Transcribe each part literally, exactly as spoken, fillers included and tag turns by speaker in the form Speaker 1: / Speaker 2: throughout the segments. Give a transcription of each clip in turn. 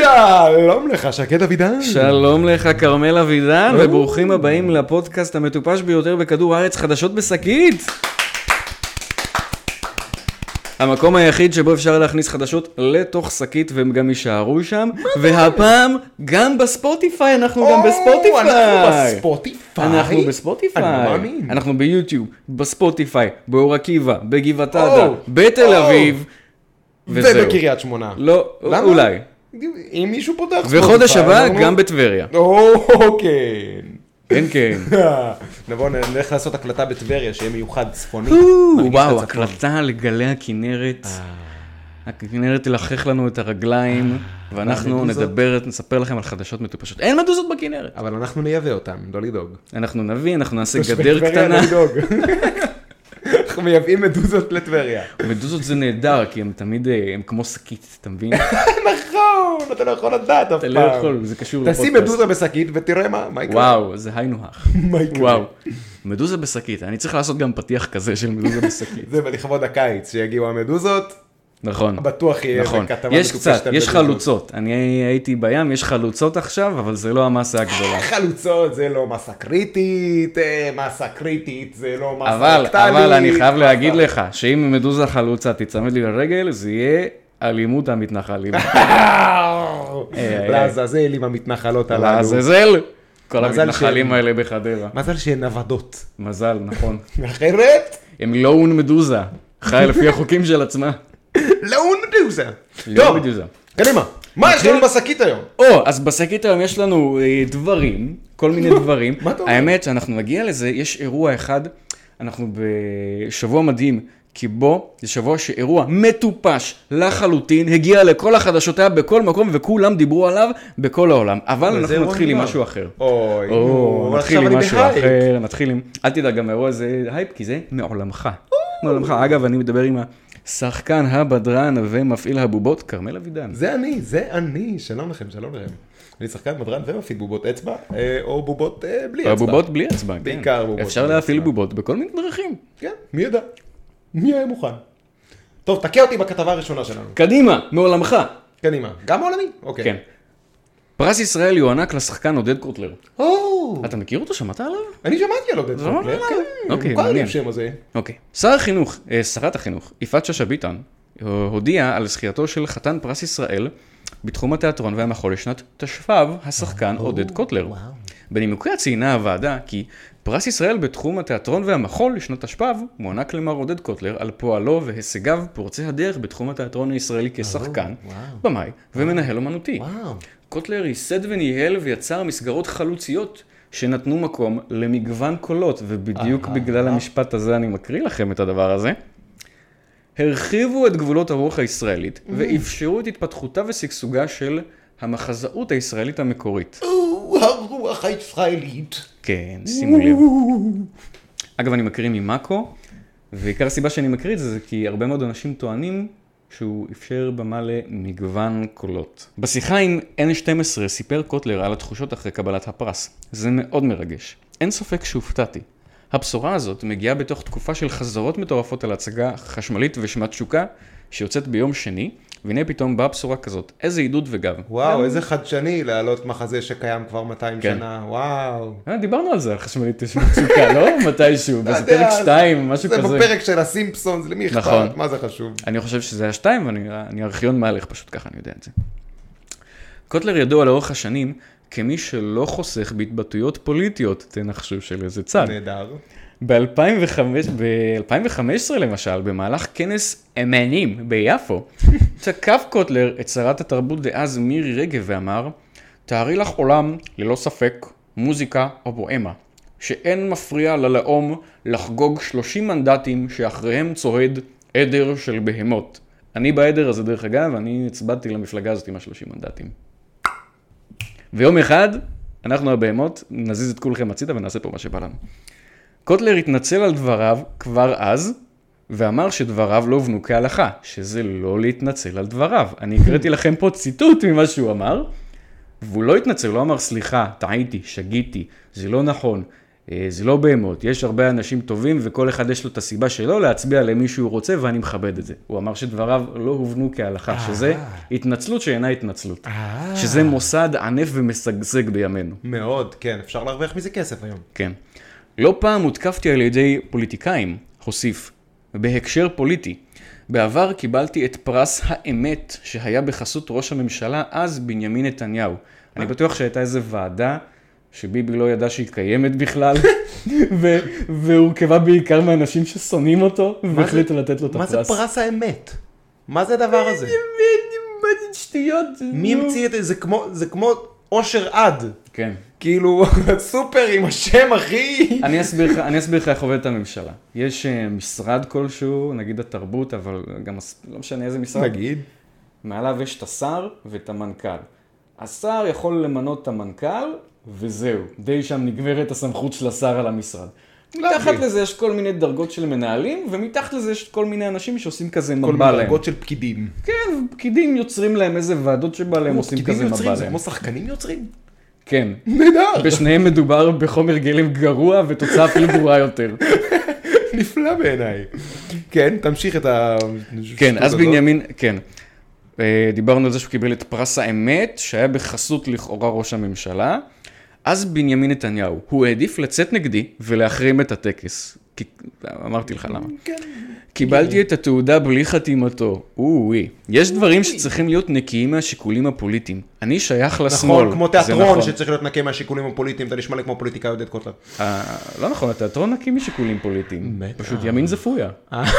Speaker 1: שלום לך, שקד אבידן.
Speaker 2: שלום לך, כרמל אבידן, וברוכים הבאים לפודקאסט המטופש ביותר בכדור הארץ, חדשות בשקית. המקום היחיד שבו אפשר להכניס חדשות לתוך שקית והם גם יישארו שם, והפעם גם בספוטיפיי, אנחנו גם בספוטיפיי.
Speaker 1: אנחנו בספוטיפיי?
Speaker 2: אנחנו בספוטיפיי.
Speaker 1: אני לא מאמין.
Speaker 2: אנחנו ביוטיוב, בספוטיפיי, באור עקיבא, בגבעת עדה, בתל אביב, וזהו.
Speaker 1: ובקריית שמונה.
Speaker 2: לא, אולי.
Speaker 1: אם מישהו פותח ספוטיפיי.
Speaker 2: וחודש הבא גם בטבריה.
Speaker 1: אוקיי.
Speaker 2: כן, כן.
Speaker 1: נבוא, נלך לעשות הקלטה בטבריה, שיהיה מיוחד צפוני.
Speaker 2: וואו, הקלטה לגלי הכנרת. הכנרת תלחך לנו את הרגליים, ואנחנו נדבר, נספר לכם על חדשות מטופשות. אין מדוזות בכנרת.
Speaker 1: אבל אנחנו נייבא אותם, לא לדאוג.
Speaker 2: אנחנו נביא, אנחנו נעשה גדר קטנה.
Speaker 1: אנחנו מייבאים מדוזות לטבריה.
Speaker 2: מדוזות זה נהדר, כי הם תמיד, הם כמו שקית, אתה מבין?
Speaker 1: נכון, אתה לא יכול לדעת אף פעם.
Speaker 2: אתה לא יכול, זה קשור לפודקאסט.
Speaker 1: תשים מדוזה בשקית ותראה מה, מה יקרה.
Speaker 2: וואו, זה היינו הך.
Speaker 1: מה יקרה?
Speaker 2: וואו, מדוזה בשקית. אני צריך לעשות גם פתיח כזה של מדוזה בשקית.
Speaker 1: זה לכבוד הקיץ, שיגיעו המדוזות.
Speaker 2: נכון.
Speaker 1: בטוח יהיה
Speaker 2: נכון. יש קצת, יש חלוצות. אני הייתי בים, יש חלוצות עכשיו, אבל זה לא המסה הגדולה.
Speaker 1: חלוצות זה לא מסה קריטית, מסה קריטית זה לא מסה
Speaker 2: אבל,
Speaker 1: אקטלית.
Speaker 2: אבל אני חייב להגיד לך, שאם מדוזה חלוצה תצמד לי לרגל, זה יהיה אלימות המתנחלים.
Speaker 1: לעזאזל עם המתנחלות הללו.
Speaker 2: לעזאזל. כל המתנחלים האלה בחדרה.
Speaker 1: מזל שהן נוודות.
Speaker 2: מזל, נכון.
Speaker 1: אחרת?
Speaker 2: הם לא און מדוזה. חי לפי החוקים של עצמה.
Speaker 1: לאון מדוזה.
Speaker 2: לא מדוזה.
Speaker 1: קדימה, מה יש לנו בשקית היום?
Speaker 2: או, אז בשקית היום יש לנו דברים, כל מיני דברים.
Speaker 1: מה אתה אומר?
Speaker 2: האמת שאנחנו נגיע לזה, יש אירוע אחד, אנחנו בשבוע מדהים, כי בו זה שבוע שאירוע מטופש לחלוטין, הגיע לכל החדשות, היה בכל מקום וכולם דיברו עליו בכל העולם. אבל אנחנו נתחיל עם משהו אחר.
Speaker 1: אוי,
Speaker 2: או, נתחיל עם משהו אחר, נתחיל עם... אל תדאג, גם האירוע זה הייפ, כי זה מעולמך. מעולמך. אגב, אני מדבר עם השחקן הבדרן ומפעיל הבובות, כרמל אבידן.
Speaker 1: זה אני, זה אני. שלום לכם, שלום לכם. אני שחקן בדרן ומפעיל בובות אצבע, או בובות בלי אצבע.
Speaker 2: בובות בלי אצבע, כן.
Speaker 1: בעיקר בובות.
Speaker 2: אפשר להפעיל בובות בכל מיני דרכים.
Speaker 1: כן, מי יודע? מי היה מוכן? טוב, תקע אותי בכתבה הראשונה שלנו.
Speaker 2: קדימה, מעולמך.
Speaker 1: קדימה. גם עולמי? אוקיי.
Speaker 2: כן. פרס ישראל יוענק לשחקן עודד קוטלר.
Speaker 1: או,
Speaker 2: אתה מכיר אותו? שמעת עליו?
Speaker 1: אני שמעתי על עודד קוטלר. כן.
Speaker 2: אוקיי,
Speaker 1: מוכר לי
Speaker 2: מעניין.
Speaker 1: השם הזה.
Speaker 2: אוקיי. שר החינוך, אה, שרת החינוך, יפעת שאשא ביטון, הודיעה על זכייתו של חתן פרס ישראל בתחום התיאטרון והמחול לשנת תשפ"ב, השחקן עודד קוטלר. בנימוקיה ציינה הוועדה כי פרס ישראל בתחום התיאטרון והמחול לשנת תשפ"ב מוענק למר עודד קוטלר על פועלו והישגיו פורצי הדרך בתחום התיאטרון הישראלי כשחקן, במאי ומנהל אומנותי. קוטלר ייסד וניהל ויצר מסגרות חלוציות שנתנו מקום למגוון קולות, ובדיוק בגלל המשפט הזה אני מקריא לכם את הדבר הזה. הרחיבו את גבולות הרוח הישראלית ואפשרו את התפתחותה ושגשוגה של המחזאות הישראלית המקורית.
Speaker 1: הרוח הישראלית.
Speaker 2: כן, שימו לב. אגב, אני מקריא ממאקו, ועיקר הסיבה שאני מקריא את זה זה כי הרבה מאוד אנשים טוענים שהוא אפשר במה למגוון קולות. בשיחה עם אן שתים עשרה סיפר קוטלר על התחושות אחרי קבלת הפרס. זה מאוד מרגש. אין ספק שהופתעתי. הבשורה הזאת מגיעה בתוך תקופה של חזרות מטורפות על הצגה חשמלית ושמת שוקה שיוצאת ביום שני, והנה פתאום באה בשורה כזאת. איזה עידוד וגב.
Speaker 1: וואו, איזה חדשני להעלות מחזה שקיים כבר מאתיים שנה. וואו.
Speaker 2: דיברנו על זה, על חשמלית ושמת שוקה, לא? מתישהו, באיזה פרק שתיים, משהו כזה.
Speaker 1: זה בפרק של הסימפסונס, למי אכפת? מה זה חשוב?
Speaker 2: אני חושב שזה היה שתיים, ואני ארכיון מהלך, פשוט ככה אני יודע את זה. קוטלר ידוע לאורך השנים כמי שלא חוסך בהתבטאויות פוליטיות, תנחשו של איזה צד.
Speaker 1: נהדר.
Speaker 2: ב-אלפיים וחמש עשרה למשל, במהלך כנס אמנים ביפו, תקף קוטלר את שרת התרבות דאז מירי רגב ואמר, תארי לך עולם ללא ספק מוזיקה או בוהמה, שאין מפריע ללאום לחגוג שלושים מנדטים שאחריהם צועד עדר של בהמות. אני בעדר הזה דרך אגב, אני הצבעתי למפלגה הזאת עם השלושים מנדטים. ויום אחד, אנחנו הבהמות, נזיז את כולכם הצידה ונעשה פה מה שבא לנו. קוטלר התנצל על דבריו כבר אז, ואמר שדבריו לא הובנו כהלכה, שזה לא להתנצל על דבריו. אני הקראתי לכם פה ציטוט ממה שהוא אמר, והוא לא התנצל, לא אמר סליחה, טעיתי, שגיתי, זה לא נכון, זה לא בהמות, יש הרבה אנשים טובים וכל אחד יש לו את הסיבה שלו להצביע למי שהוא רוצה ואני מכבד את זה. הוא אמר שדבריו לא הובנו כהלכה, שזה התנצלות שאינה התנצלות. שזה מוסד ענף ומשגשג בימינו.
Speaker 1: מאוד, כן, אפשר להרוויח מזה כסף היום.
Speaker 2: כן. לא פעם הותקפתי על ידי פוליטיקאים, הוסיף, בהקשר פוליטי. בעבר קיבלתי את פרס האמת שהיה בחסות ראש הממשלה, אז בנימין נתניהו. אני בטוח שהייתה איזו ועדה שביבי לא ידע שהיא קיימת בכלל, והורכבה בעיקר מאנשים ששונאים אותו, והחליטו לתת לו את הפרס.
Speaker 1: מה זה פרס האמת? מה זה הדבר הזה?
Speaker 2: מה זה שטויות?
Speaker 1: מי המציא את זה? זה כמו אושר עד.
Speaker 2: כן.
Speaker 1: כאילו, סופר עם השם, אחי.
Speaker 2: אני אסביר לך, אני אסביר לך איך עובדת הממשלה. יש משרד כלשהו, נגיד התרבות, אבל גם לא משנה איזה משרד.
Speaker 1: נגיד.
Speaker 2: מעליו יש את השר ואת המנכ"ל. השר יכול למנות את המנכ"ל, וזהו. די שם נגמרת הסמכות של השר על המשרד. מתחת לזה יש כל מיני דרגות של מנהלים, ומתחת לזה יש כל מיני אנשים שעושים כזה מבא להם.
Speaker 1: כל מיני דרגות של פקידים.
Speaker 2: כן, פקידים יוצרים להם איזה ועדות שבא להם עושים כזה מבא להם.
Speaker 1: זה כמו שחקנים יוצרים?
Speaker 2: כן.
Speaker 1: נהדר.
Speaker 2: בשניהם מדובר בחומר גלם גרוע, ותוצאה אפילו גרועה יותר.
Speaker 1: נפלא בעיניי. כן, תמשיך את ה...
Speaker 2: כן, אז בנימין, כן. דיברנו על זה שהוא קיבל את פרס האמת, שהיה בחסות לכאורה ראש הממשלה. אז בנימין נתניהו, הוא העדיף לצאת נגדי ולהחרים את הטקס. אמרתי לך למה. קיבלתי את התעודה בלי חתימתו. אוי, יש דברים שצריכים להיות נקיים מהשיקולים הפוליטיים. אני שייך לשמאל.
Speaker 1: נכון, כמו תיאטרון שצריך להיות נקי מהשיקולים הפוליטיים. אתה נשמע לי כמו פוליטיקאי עודד קוטלר.
Speaker 2: לא נכון, התיאטרון נקי משיקולים פוליטיים. פשוט ימין זה פויה.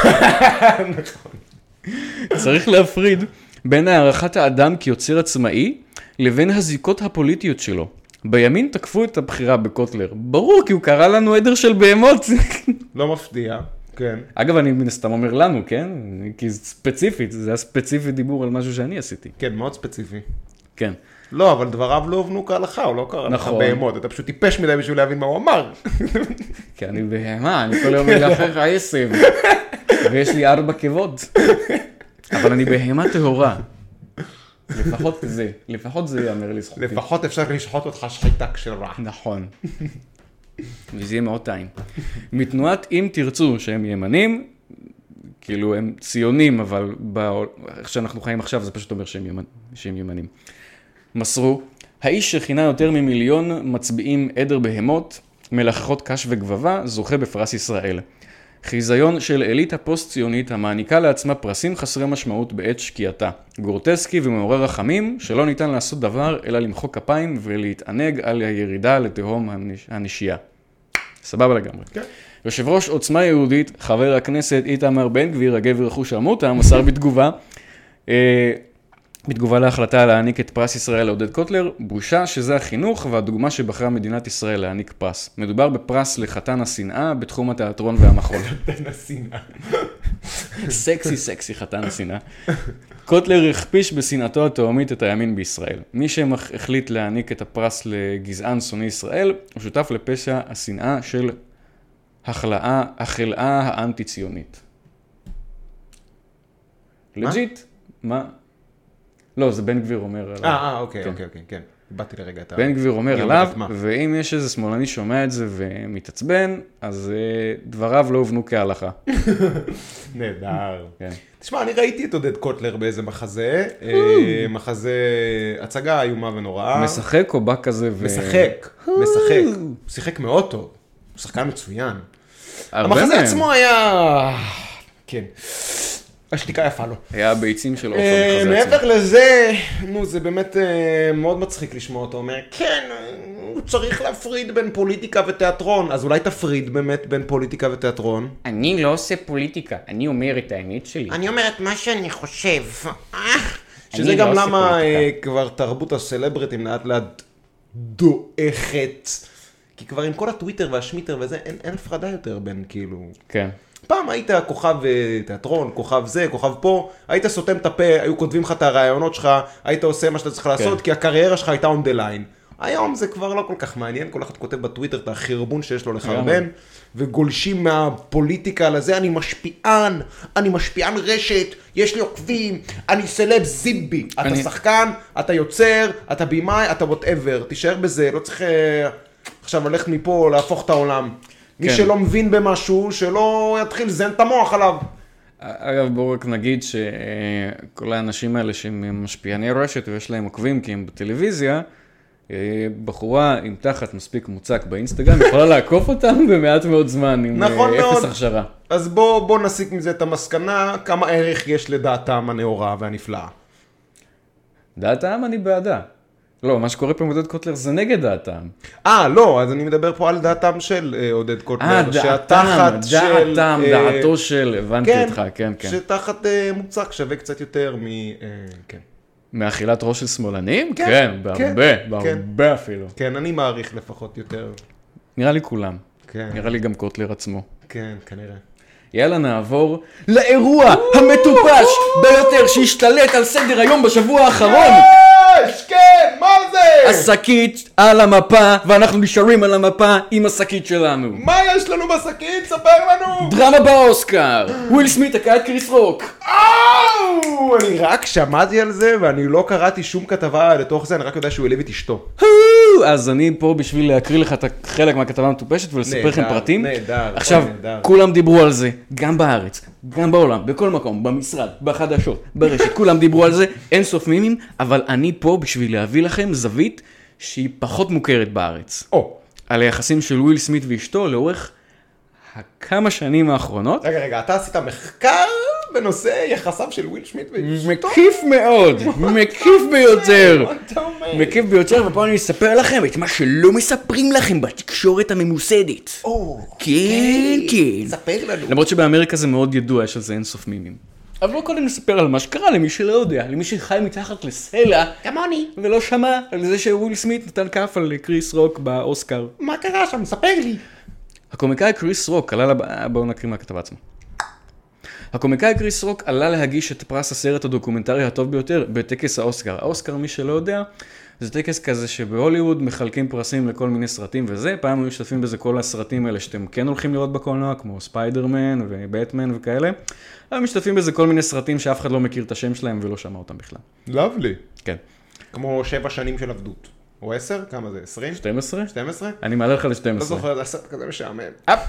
Speaker 1: נכון.
Speaker 2: צריך להפריד בין הערכת האדם כיוצר עצמאי לבין הזיקות הפוליטיות שלו. בימין תקפו את הבחירה בקוטלר. ברור, כי הוא קרא לנו עדר של בהמות.
Speaker 1: לא מפתיע, כן.
Speaker 2: אגב, אני מן הסתם אומר לנו, כן? כי ספציפית, זה היה ספציפי דיבור על משהו שאני עשיתי.
Speaker 1: כן, מאוד ספציפי.
Speaker 2: כן.
Speaker 1: לא, אבל דבריו לא הובנו כהלכה, הוא לא קרא לך בהמות. אתה פשוט טיפש מדי בשביל להבין מה הוא אמר.
Speaker 2: כי אני בהמה, אני כל היום מלאחר עשב. ויש לי ארבע כבוד. אבל אני בהמה טהורה. לפחות זה, לפחות זה יאמר לי זכותי.
Speaker 1: לפחות אפשר לשחוט אותך שחיטה כשרה.
Speaker 2: נכון. וזה יהיה מאוד טעים. מתנועת אם תרצו שהם ימנים, כאילו הם ציונים, אבל איך שאנחנו חיים עכשיו זה פשוט אומר שהם, ימנ... שהם ימנים. מסרו, האיש שכינה יותר ממיליון מצביעים עדר בהמות, מלחכות קש וגבבה, זוכה בפרס ישראל. חיזיון של אליטה פוסט-ציונית המעניקה לעצמה פרסים חסרי משמעות בעת שקיעתה. גורטסקי ומעורר רחמים שלא ניתן לעשות דבר אלא למחוא כפיים ולהתענג על הירידה לתהום הנשייה. סבבה לגמרי. Okay. יושב ראש עוצמה יהודית, חבר הכנסת איתמר בן גביר, הגבר רכוש עמותה, מסר בתגובה, אה, בתגובה להחלטה להעניק את פרס ישראל לעודד קוטלר, בושה שזה החינוך והדוגמה שבחרה מדינת ישראל להעניק פרס. מדובר בפרס לחתן השנאה בתחום התיאטרון והמחול.
Speaker 1: חתן השנאה.
Speaker 2: סקסי סקסי חתן השנאה. קוטלר הכפיש בשנאתו התאומית את הימין בישראל. מי שהחליט להעניק את הפרס לגזען שונא ישראל, הוא שותף לפשע השנאה של החלאה, החלאה האנטי-ציונית. לג'יט? מה? לא, זה בן גביר אומר עליו.
Speaker 1: אה, אוקיי, אוקיי, אוקיי, כן. באתי לרגע את ה...
Speaker 2: בן גביר אומר עליו, ואם יש איזה שמאלני שומע את זה ומתעצבן, אז דבריו לא הובנו כהלכה.
Speaker 1: נהדר. תשמע, אני ראיתי את עודד קוטלר באיזה מחזה, מחזה הצגה איומה ונוראה.
Speaker 2: משחק או בא כזה ו...
Speaker 1: משחק, משחק. הוא שיחק מאוד טוב. הוא שחקן מצוין. המחזה עצמו היה... כן. השתיקה יפה לו.
Speaker 2: היה הביצים של אופן מחזה עצמו.
Speaker 1: מעבר לזה, נו, זה באמת מאוד מצחיק לשמוע אותו. אומר, כן, הוא צריך להפריד בין פוליטיקה ותיאטרון. אז אולי תפריד באמת בין פוליטיקה ותיאטרון?
Speaker 2: אני לא עושה פוליטיקה, אני אומר את האמת שלי.
Speaker 1: אני אומר את מה שאני חושב. שזה גם למה כבר תרבות הסלבריטים לאט לאט דועכת. כי כבר עם כל הטוויטר והשמיטר וזה, אין הפרדה יותר בין כאילו...
Speaker 2: כן.
Speaker 1: פעם היית כוכב תיאטרון, כוכב זה, כוכב פה, היית סותם את הפה, היו כותבים לך את הרעיונות שלך, היית עושה מה שאתה צריך לעשות, כי הקריירה שלך הייתה on the line. היום זה כבר לא כל כך מעניין, כל אחד כותב בטוויטר את החרבון שיש לו לחרבן, וגולשים מהפוליטיקה לזה, אני משפיען, אני משפיען רשת, יש לי עוקבים, אני סלב זיבי, אתה שחקן, אתה יוצר, אתה בימאי, אתה whatever, תישאר בזה, לא צריך... עכשיו הולך מפה להפוך את העולם. מי
Speaker 2: כן.
Speaker 1: שלא מבין במשהו, שלא יתחיל זן את המוח עליו.
Speaker 2: אגב, בואו רק נגיד שכל האנשים האלה שהם משפיעני רשת ויש להם עוקבים כי הם בטלוויזיה, בחורה עם תחת מספיק מוצק באינסטגרם יכולה לעקוף אותם במעט מאוד זמן עם
Speaker 1: נכון
Speaker 2: אפס
Speaker 1: מאוד.
Speaker 2: הכשרה.
Speaker 1: אז בוא, בוא נסיק מזה את המסקנה, כמה ערך יש לדעתם הנאורה והנפלאה.
Speaker 2: דעתם אני בעדה. לא, מה שקורה פה עם עודד קוטלר זה נגד דעתם.
Speaker 1: אה, לא, אז אני מדבר פה על דעתם של אה, עודד קוטלר.
Speaker 2: אה, דעתם,
Speaker 1: שהתחת של,
Speaker 2: דעתם,
Speaker 1: אה,
Speaker 2: דעתו של, הבנתי
Speaker 1: כן,
Speaker 2: אותך, כן, כן.
Speaker 1: שתחת אה, מוצק שווה קצת יותר מ... אה, כן.
Speaker 2: מאכילת ראש של שמאלנים?
Speaker 1: כן,
Speaker 2: כן,
Speaker 1: כן,
Speaker 2: בהרבה,
Speaker 1: כן.
Speaker 2: בהרבה אפילו.
Speaker 1: כן, אני מעריך לפחות יותר.
Speaker 2: נראה לי כולם.
Speaker 1: כן,
Speaker 2: נראה לי גם קוטלר עצמו.
Speaker 1: כן, כנראה.
Speaker 2: יאללה, נעבור לאירוע המטופש ביותר שהשתלט על סדר היום בשבוע האחרון.
Speaker 1: יש, כן, מה זה?
Speaker 2: השקית על המפה, ואנחנו נשארים על המפה עם השקית שלנו.
Speaker 1: מה יש לנו בשקית? ספר לנו.
Speaker 2: דרמה באוסקר, וויל סמית תקע את קריס רוק.
Speaker 1: אוו, אני רק שמעתי על זה ואני לא קראתי שום כתבה לתוך זה, אני רק יודע שהוא העליב את אשתו.
Speaker 2: אז אני פה בשביל להקריא לך את חלק מהכתבה המטופשת ולספר לכם
Speaker 1: נהדר,
Speaker 2: פרטים.
Speaker 1: נהדר,
Speaker 2: עכשיו,
Speaker 1: נהדר.
Speaker 2: כולם דיברו על זה, גם בארץ, גם בעולם, בכל מקום, במשרד, בחדשות, ברשת, כולם דיברו על זה, אין סוף מימים, אבל אני פה בשביל להביא לכם זווית שהיא פחות מוכרת בארץ.
Speaker 1: או,
Speaker 2: על היחסים של וויל סמית ואשתו לאורך הכמה שנים האחרונות.
Speaker 1: רגע, רגע, אתה עשית מחקר בנושא יחסיו של וויל סמית ואשתו?
Speaker 2: מקיף מאוד, מקיף ביותר.
Speaker 1: מה אתה אומר?
Speaker 2: מקיף ביותר, ופה אני אספר לכם את מה שלא מספרים לכם בתקשורת הממוסדת.
Speaker 1: או,
Speaker 2: כן, כן.
Speaker 1: ספר לנו.
Speaker 2: למרות שבאמריקה זה מאוד ידוע, יש על זה אינסוף מימים. אבל בואו קודם נספר על מה שקרה למי שלא יודע, למי שחי מתחת לסלע,
Speaker 1: כמוני.
Speaker 2: ולא שמע על זה שוויל סמית נתן כף על קריס רוק באוסקר.
Speaker 1: מה קרה שם? ספר לי.
Speaker 2: הקומיקאי קריס רוק עלה, לב... בואו נקריא מהכתבה עצמה. הקומיקאי קריס רוק עלה להגיש את פרס הסרט הדוקומנטרי הטוב ביותר בטקס האוסקר. האוסקר, מי שלא יודע, זה טקס כזה שבהוליווד מחלקים פרסים לכל מיני סרטים וזה, פעם היו משתתפים בזה כל הסרטים האלה שאתם כן הולכים לראות בקולנוע, כמו ספיידרמן ובטמן וכאלה, אבל משתתפים בזה כל מיני סרטים שאף אחד לא מכיר את השם שלהם ולא שמע אותם בכלל.
Speaker 1: לבלי.
Speaker 2: כן.
Speaker 1: כמו שבע שנים של עבדות. או עשר? כמה זה? עשרים?
Speaker 2: שתים עשרה?
Speaker 1: שתים עשרה?
Speaker 2: אני מעלה לך ל-שתים עשרה.
Speaker 1: לא זוכר, זה סרט כזה משעמם.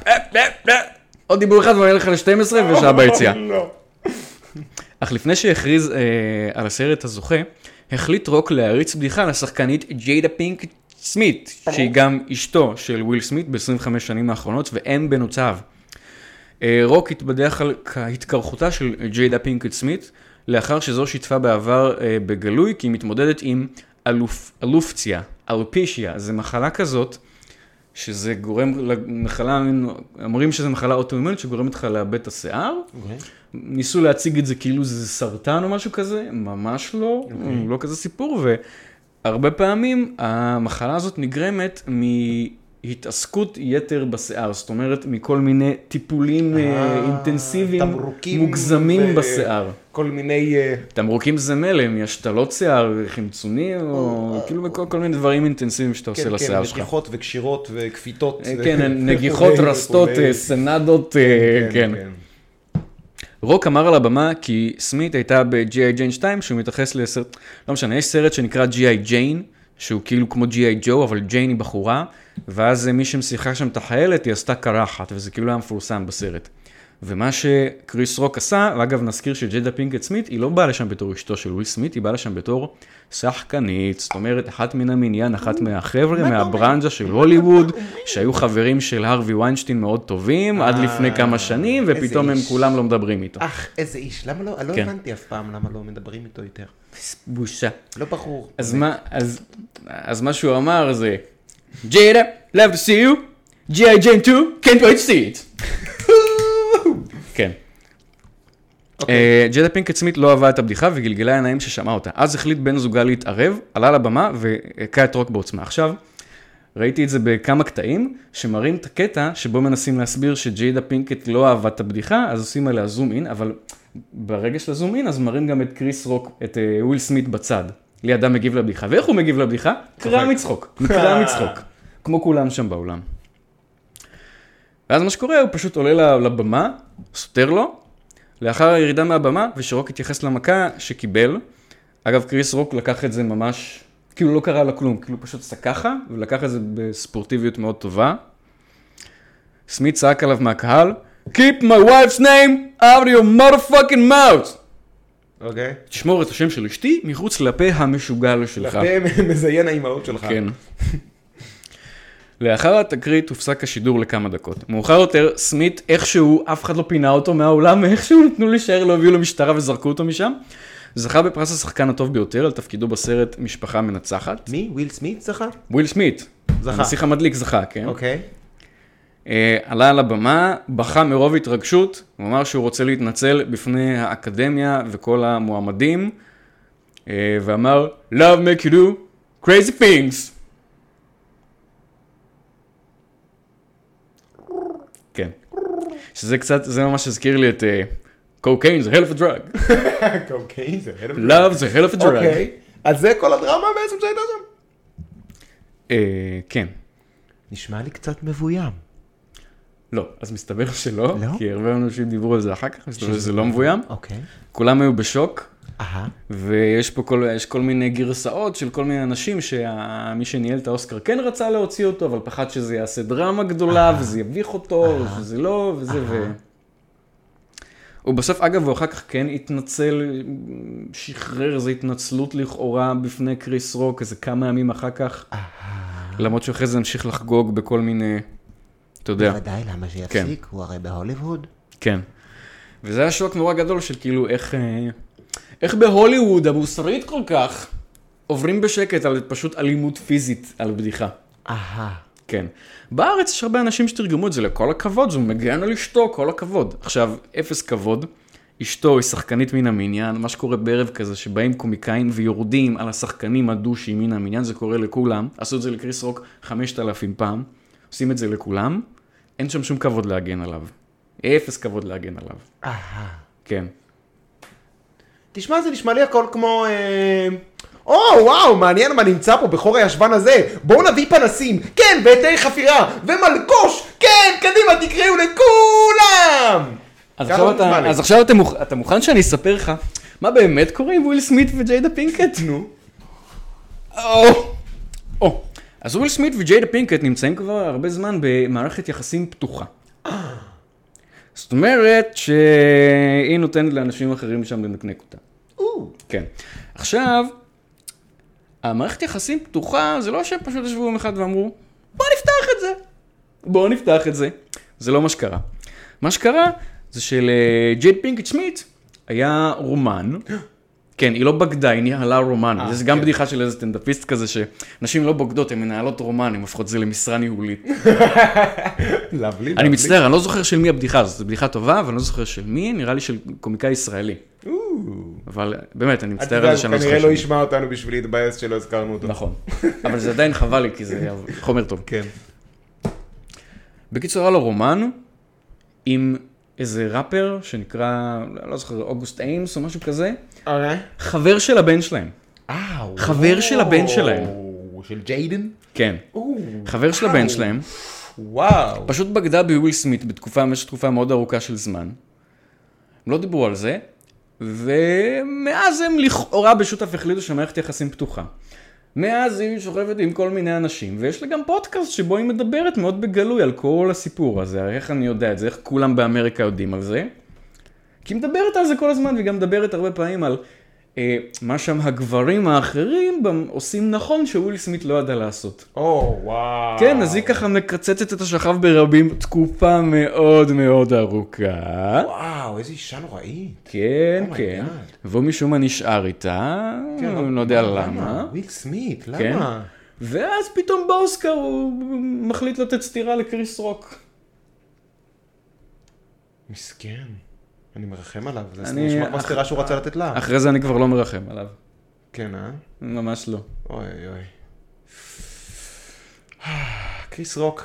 Speaker 2: עוד דיבור אחד ואני אלך ל-שתים עשרה ושעה ביציאה.
Speaker 1: לא.
Speaker 2: אך לפני שהכריז אה, על הסרט הזוכה, החליט רוק להריץ בדיחה לשחקנית ג'יידה פינק סמית, שהיא גם אשתו של וויל סמית ב-עשרים וחמש שנים האחרונות ואם בנותיו. אה, רוק התבדח על התקרחותה של ג'יידה פינק סמית, לאחר שזו שיתפה בעבר אה, בגלוי, כי היא מתמודדת עם אלופ, אלופציה, אלופישיה, זה מחלה כזאת, שזה גורם למחלה, אומרים שזה מחלה אוטואימונית שגורמת לך לאבד את השיער. Okay. ניסו להציג את זה כאילו זה סרטן או משהו כזה, ממש לא, okay. לא כזה סיפור, והרבה פעמים המחלה הזאת נגרמת מהתעסקות יתר בשיער, זאת אומרת מכל מיני טיפולים אינטנסיביים מוגזמים בשיער.
Speaker 1: כל מיני...
Speaker 2: תמרוקים זה מלם, השתלות שיער, חמצוני, או כאילו כל מיני דברים אינטנסיביים שאתה עושה לשיער שלך.
Speaker 1: כן, נגיחות וקשירות וכפיתות.
Speaker 2: כן, נגיחות, רסטות, סנדות, כן. רוק אמר על הבמה כי סמית הייתה ב-ג'י איי ג'יין שתיים, שהוא מתייחס לסרט, לא משנה, יש סרט שנקרא ג'י איי ג'יין, שהוא כאילו כמו ג'י איי ג'ו, אבל ג'יין היא בחורה, ואז מי שמשיחה שם את החיילת, היא עשתה קרחת, וזה כאילו היה מפורסם בסרט. ומה שקריס רוק עשה, ואגב נזכיר שג'יידה פינקט סמית, היא לא באה לשם בתור אשתו של וויל סמית, היא באה לשם בתור שחקנית, זאת אומרת, אחת מן המניין, אחת מהחבר'ה, מהברנז'ה של הוליווד, שהיו חברים של הרווי ויינשטיין מאוד טובים, עד לפני כמה שנים, ופתאום הם כולם לא מדברים איתו.
Speaker 1: אך, איזה איש, למה לא? לא הבנתי אף פעם למה לא מדברים איתו יותר.
Speaker 2: בושה.
Speaker 1: לא ברור.
Speaker 2: אז מה שהוא אמר זה, ג'יידה, love to see you, ג'י איי ג'יין שתיים, can't wait to see it. כן. ג'יידה פינקט סמית לא אהבה את הבדיחה וגלגלה העיניים ששמעה אותה. אז החליט בן זוגה להתערב, עלה לבמה והקע את רוק בעוצמה. עכשיו, ראיתי את זה בכמה קטעים, שמראים את הקטע שבו מנסים להסביר שג'יידה פינקט לא אהבה את הבדיחה, אז עושים עליה זום אין, אבל ברגע של הזום אין, אז מראים גם את קריס רוק, את וויל סמית בצד. לידם מגיב לבדיחה. ואיך הוא מגיב לבדיחה? קרא מצחוק. מקרא מצחוק. כמו כולם שם באולם. ואז מה שקורה, הוא פשוט עולה לבמה, סותר לו, לאחר הירידה מהבמה, ושרוק התייחס למכה שקיבל. אגב, קריס רוק לקח את זה ממש כאילו לא קרה לה כלום, כאילו פשוט עשה ככה, ולקח את זה בספורטיביות מאוד טובה. סמית צעק עליו מהקהל, Keep my wife's name out of your motherfucking mouth.
Speaker 1: אוקיי.
Speaker 2: תשמור את השם של אשתי מחוץ לפה המשוגל שלך.
Speaker 1: לפה מזיין האימהות שלך.
Speaker 2: כן. לאחר התקרית הופסק השידור לכמה דקות. מאוחר יותר, סמית איכשהו, אף אחד לא פינה אותו מהאולם, איכשהו נתנו להישאר, לא הביאו למשטרה וזרקו אותו משם. זכה בפרס השחקן הטוב ביותר על תפקידו בסרט משפחה מנצחת.
Speaker 1: מי? וויל סמית זכה?
Speaker 2: וויל סמית.
Speaker 1: זכה.
Speaker 2: הנסיך המדליק זכה, כן.
Speaker 1: אוקיי.
Speaker 2: עלה על הבמה, בכה מרוב התרגשות, הוא אמר שהוא רוצה להתנצל בפני האקדמיה וכל המועמדים, ואמר, Love make you do crazy things. כן. שזה קצת, זה ממש הזכיר לי את cocaine זה hell of a drug.
Speaker 1: cocaine זה hell of a drug.
Speaker 2: Love זה hell of a drug.
Speaker 1: אוקיי. אז זה כל הדרמה בעצם שהייתה שם?
Speaker 2: כן.
Speaker 1: נשמע לי קצת מבוים.
Speaker 2: לא, אז מסתבר שלא,
Speaker 1: לא?
Speaker 2: כי הרבה אנשים דיברו על זה אחר כך, מסתבר שזה לא מבוים.
Speaker 1: אוקיי.
Speaker 2: כולם היו בשוק,
Speaker 1: אהה.
Speaker 2: ויש פה כל, יש כל מיני גרסאות של כל מיני אנשים שמי שניהל את האוסקר כן רצה להוציא אותו, אבל פחד שזה יעשה דרמה גדולה, וזה יביך אותו, וזה לא, וזה ו... הוא בסוף, אגב, הוא אחר כך כן התנצל, שחרר איזו התנצלות לכאורה בפני קריס רוק, איזה כמה ימים אחר כך, למרות שאחרי זה המשיך לחגוג בכל מיני, אתה יודע.
Speaker 1: בוודאי, למה שיפסיק? הוא הרי בהוליווד.
Speaker 2: כן. וזה היה שוק נורא גדול של כאילו איך, איך בהוליווד המוסרית כל כך עוברים בשקט על פשוט אלימות פיזית על בדיחה.
Speaker 1: אהה.
Speaker 2: כן. בארץ יש הרבה אנשים שתרגמו את זה לכל הכבוד, זו מגן על אשתו, כל הכבוד. עכשיו, אפס כבוד, אשתו היא שחקנית מן המניין, מה שקורה בערב כזה שבאים קומיקאים ויורדים על השחקנים הדושים מן המניין, זה קורה לכולם, עשו את זה לקריס רוק חמשת אלפים פעם, עושים את זה לכולם, אין שם שום כבוד להגן עליו. אפס כבוד להגן עליו.
Speaker 1: אהה.
Speaker 2: כן.
Speaker 1: תשמע, זה נשמע לי הכל כמו... או, וואו, מעניין מה נמצא פה בחור הישבן הזה. בואו נביא פנסים, כן, ועטי חפירה, ומלקוש, כן, קדימה, תקראו לכולם!
Speaker 2: אז עכשיו, אתה, אז עכשיו אתה, מוכ... אתה מוכן שאני אספר לך מה באמת קורה עם וויל סמית וג'יידה פינקט?
Speaker 1: נו.
Speaker 2: או, או. אז וויל סמית וג'יידה פינקט נמצאים כבר הרבה זמן במערכת יחסים פתוחה. זאת אומרת שהיא נותנת לאנשים אחרים שם לנקנק אותה. כן. עכשיו, המערכת יחסים פתוחה, זה לא שהם פשוט ישבו יום אחד ואמרו, בוא נפתח את זה. בוא נפתח את זה. זה לא מה שקרה. מה שקרה זה שלג'יידה פינקט סמית היה רומן. כן, היא לא בגדה, היא ניהלה רומן. זה גם בדיחה של איזה סטנדאפיסט כזה, שנשים לא בוגדות, הן מנהלות רומן, הן הפכות זה למשרה ניהולית. אני מצטער, אני לא זוכר של מי הבדיחה הזאת, זו בדיחה טובה, אבל אני לא זוכר של מי, נראה לי של קומיקאי ישראלי. אבל באמת, אני מצטער על זה שאני לא זוכר של מי.
Speaker 1: כנראה לא ישמע אותנו בשביל להתבאס שלא הזכרנו אותו.
Speaker 2: נכון, אבל זה עדיין חבל לי, כי זה חומר טוב.
Speaker 1: כן.
Speaker 2: בקיצור, היה לו רומן עם איזה ראפר שנקרא, לא זוכר, אוגוסט איימס או משהו כזה. חבר של הבן שלהם. חבר של הבן שלהם.
Speaker 1: של ג'יידן?
Speaker 2: כן. חבר של הבן שלהם.
Speaker 1: וואו.
Speaker 2: פשוט בגדה בוויל סמית בתקופה, במשך תקופה מאוד ארוכה של זמן. הם לא דיברו על זה, ומאז הם לכאורה בשותף החליטו שהמערכת יחסים פתוחה. מאז היא שוכבת עם כל מיני אנשים, ויש לה גם פודקאסט שבו היא מדברת מאוד בגלוי על כל הסיפור הזה. איך אני יודע את זה, איך כולם באמריקה יודעים על זה. כי היא מדברת על זה כל הזמן, והיא גם מדברת הרבה פעמים על אה, מה שם הגברים האחרים עושים נכון שוויל סמית לא ידע לעשות.
Speaker 1: או, וואו.
Speaker 2: כן, אז היא ככה מקצצת את השכב ברבים תקופה מאוד מאוד ארוכה.
Speaker 1: וואו, איזה אישה נוראית.
Speaker 2: כן, כן. והוא משום מה נשאר איתה, אני לא יודע למה.
Speaker 1: וויל סמית, למה?
Speaker 2: ואז פתאום באוסקר הוא מחליט לתת סתירה לקריס רוק.
Speaker 1: מסכן. אני מרחם עליו, זה נשמע כמו סתירה שהוא רצה לתת לה.
Speaker 2: אחרי זה אני כבר לא מרחם עליו.
Speaker 1: כן, אה?
Speaker 2: ממש לא.
Speaker 1: אוי, אוי. קריס רוק.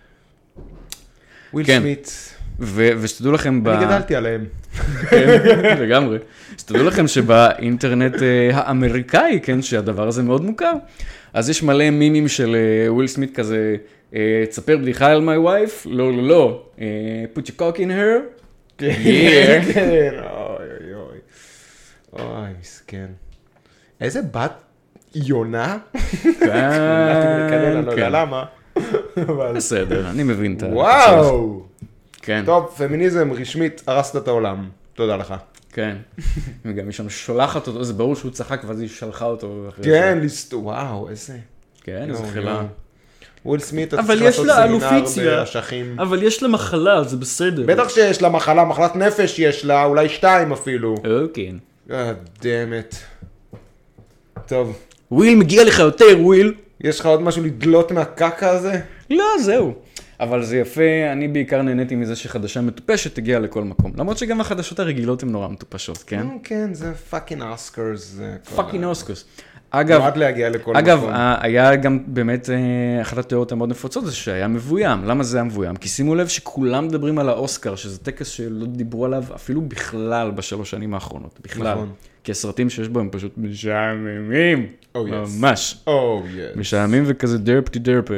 Speaker 1: וויל סמית.
Speaker 2: ושתדעו לכם ב...
Speaker 1: אני גדלתי עליהם.
Speaker 2: כן, לגמרי. שתדעו לכם שבאינטרנט האמריקאי, כן, שהדבר הזה מאוד מוכר, אז יש מלא מימים של וויל סמית כזה, תספר בדיחה על my wife, לא, לא, לא, put your cock in her,
Speaker 1: כן, כן, אוי, אוי, אוי, אוי, מסכן. איזה בת יונה?
Speaker 2: כן,
Speaker 1: אני לא יודע למה.
Speaker 2: בסדר, אני מבין את ה...
Speaker 1: וואו!
Speaker 2: כן.
Speaker 1: טוב, פמיניזם רשמית, הרסת את העולם. תודה לך.
Speaker 2: כן. וגם היא שם שולחת אותו, זה ברור שהוא צחק ואז היא שלחה אותו.
Speaker 1: כן, ליסטו, וואו, איזה...
Speaker 2: כן, איזה חילה.
Speaker 1: וויל סמית, אתה
Speaker 3: אבל
Speaker 1: צריך
Speaker 3: יש
Speaker 1: לעשות
Speaker 3: לה
Speaker 1: סמינר
Speaker 3: אלופיציה.
Speaker 1: באשכים.
Speaker 3: אבל יש לה מחלה, זה בסדר.
Speaker 1: בטח שיש לה מחלה, מחלת נפש יש לה, אולי שתיים אפילו.
Speaker 2: אוקיי.
Speaker 1: God damn it. טוב.
Speaker 2: וויל מגיע לך יותר, וויל.
Speaker 1: יש לך עוד משהו לדלות מהקקה הזה?
Speaker 2: לא, זהו. אבל זה יפה, אני בעיקר נהניתי מזה שחדשה מטופשת תגיע לכל מקום. למרות שגם החדשות הרגילות הן נורא מטופשות, כן?
Speaker 1: כן, זה פאקינג אוסקרס.
Speaker 2: פאקינג אוסקרס. אגב,
Speaker 1: נועד להגיע לכל מקום.
Speaker 2: אגב, היה גם באמת, אחת התיאוריות המאוד נפוצות זה שהיה מבוים. למה זה היה מבוים? כי שימו לב שכולם מדברים על האוסקר, שזה טקס שלא דיברו עליו אפילו בכלל בשלוש שנים האחרונות. בכלל.
Speaker 1: נכון.
Speaker 2: כי הסרטים שיש בו הם פשוט משעממים.
Speaker 1: Oh, yes.
Speaker 2: ממש.
Speaker 1: Oh, yes.
Speaker 2: משעממים וכזה דרפטי דרפ.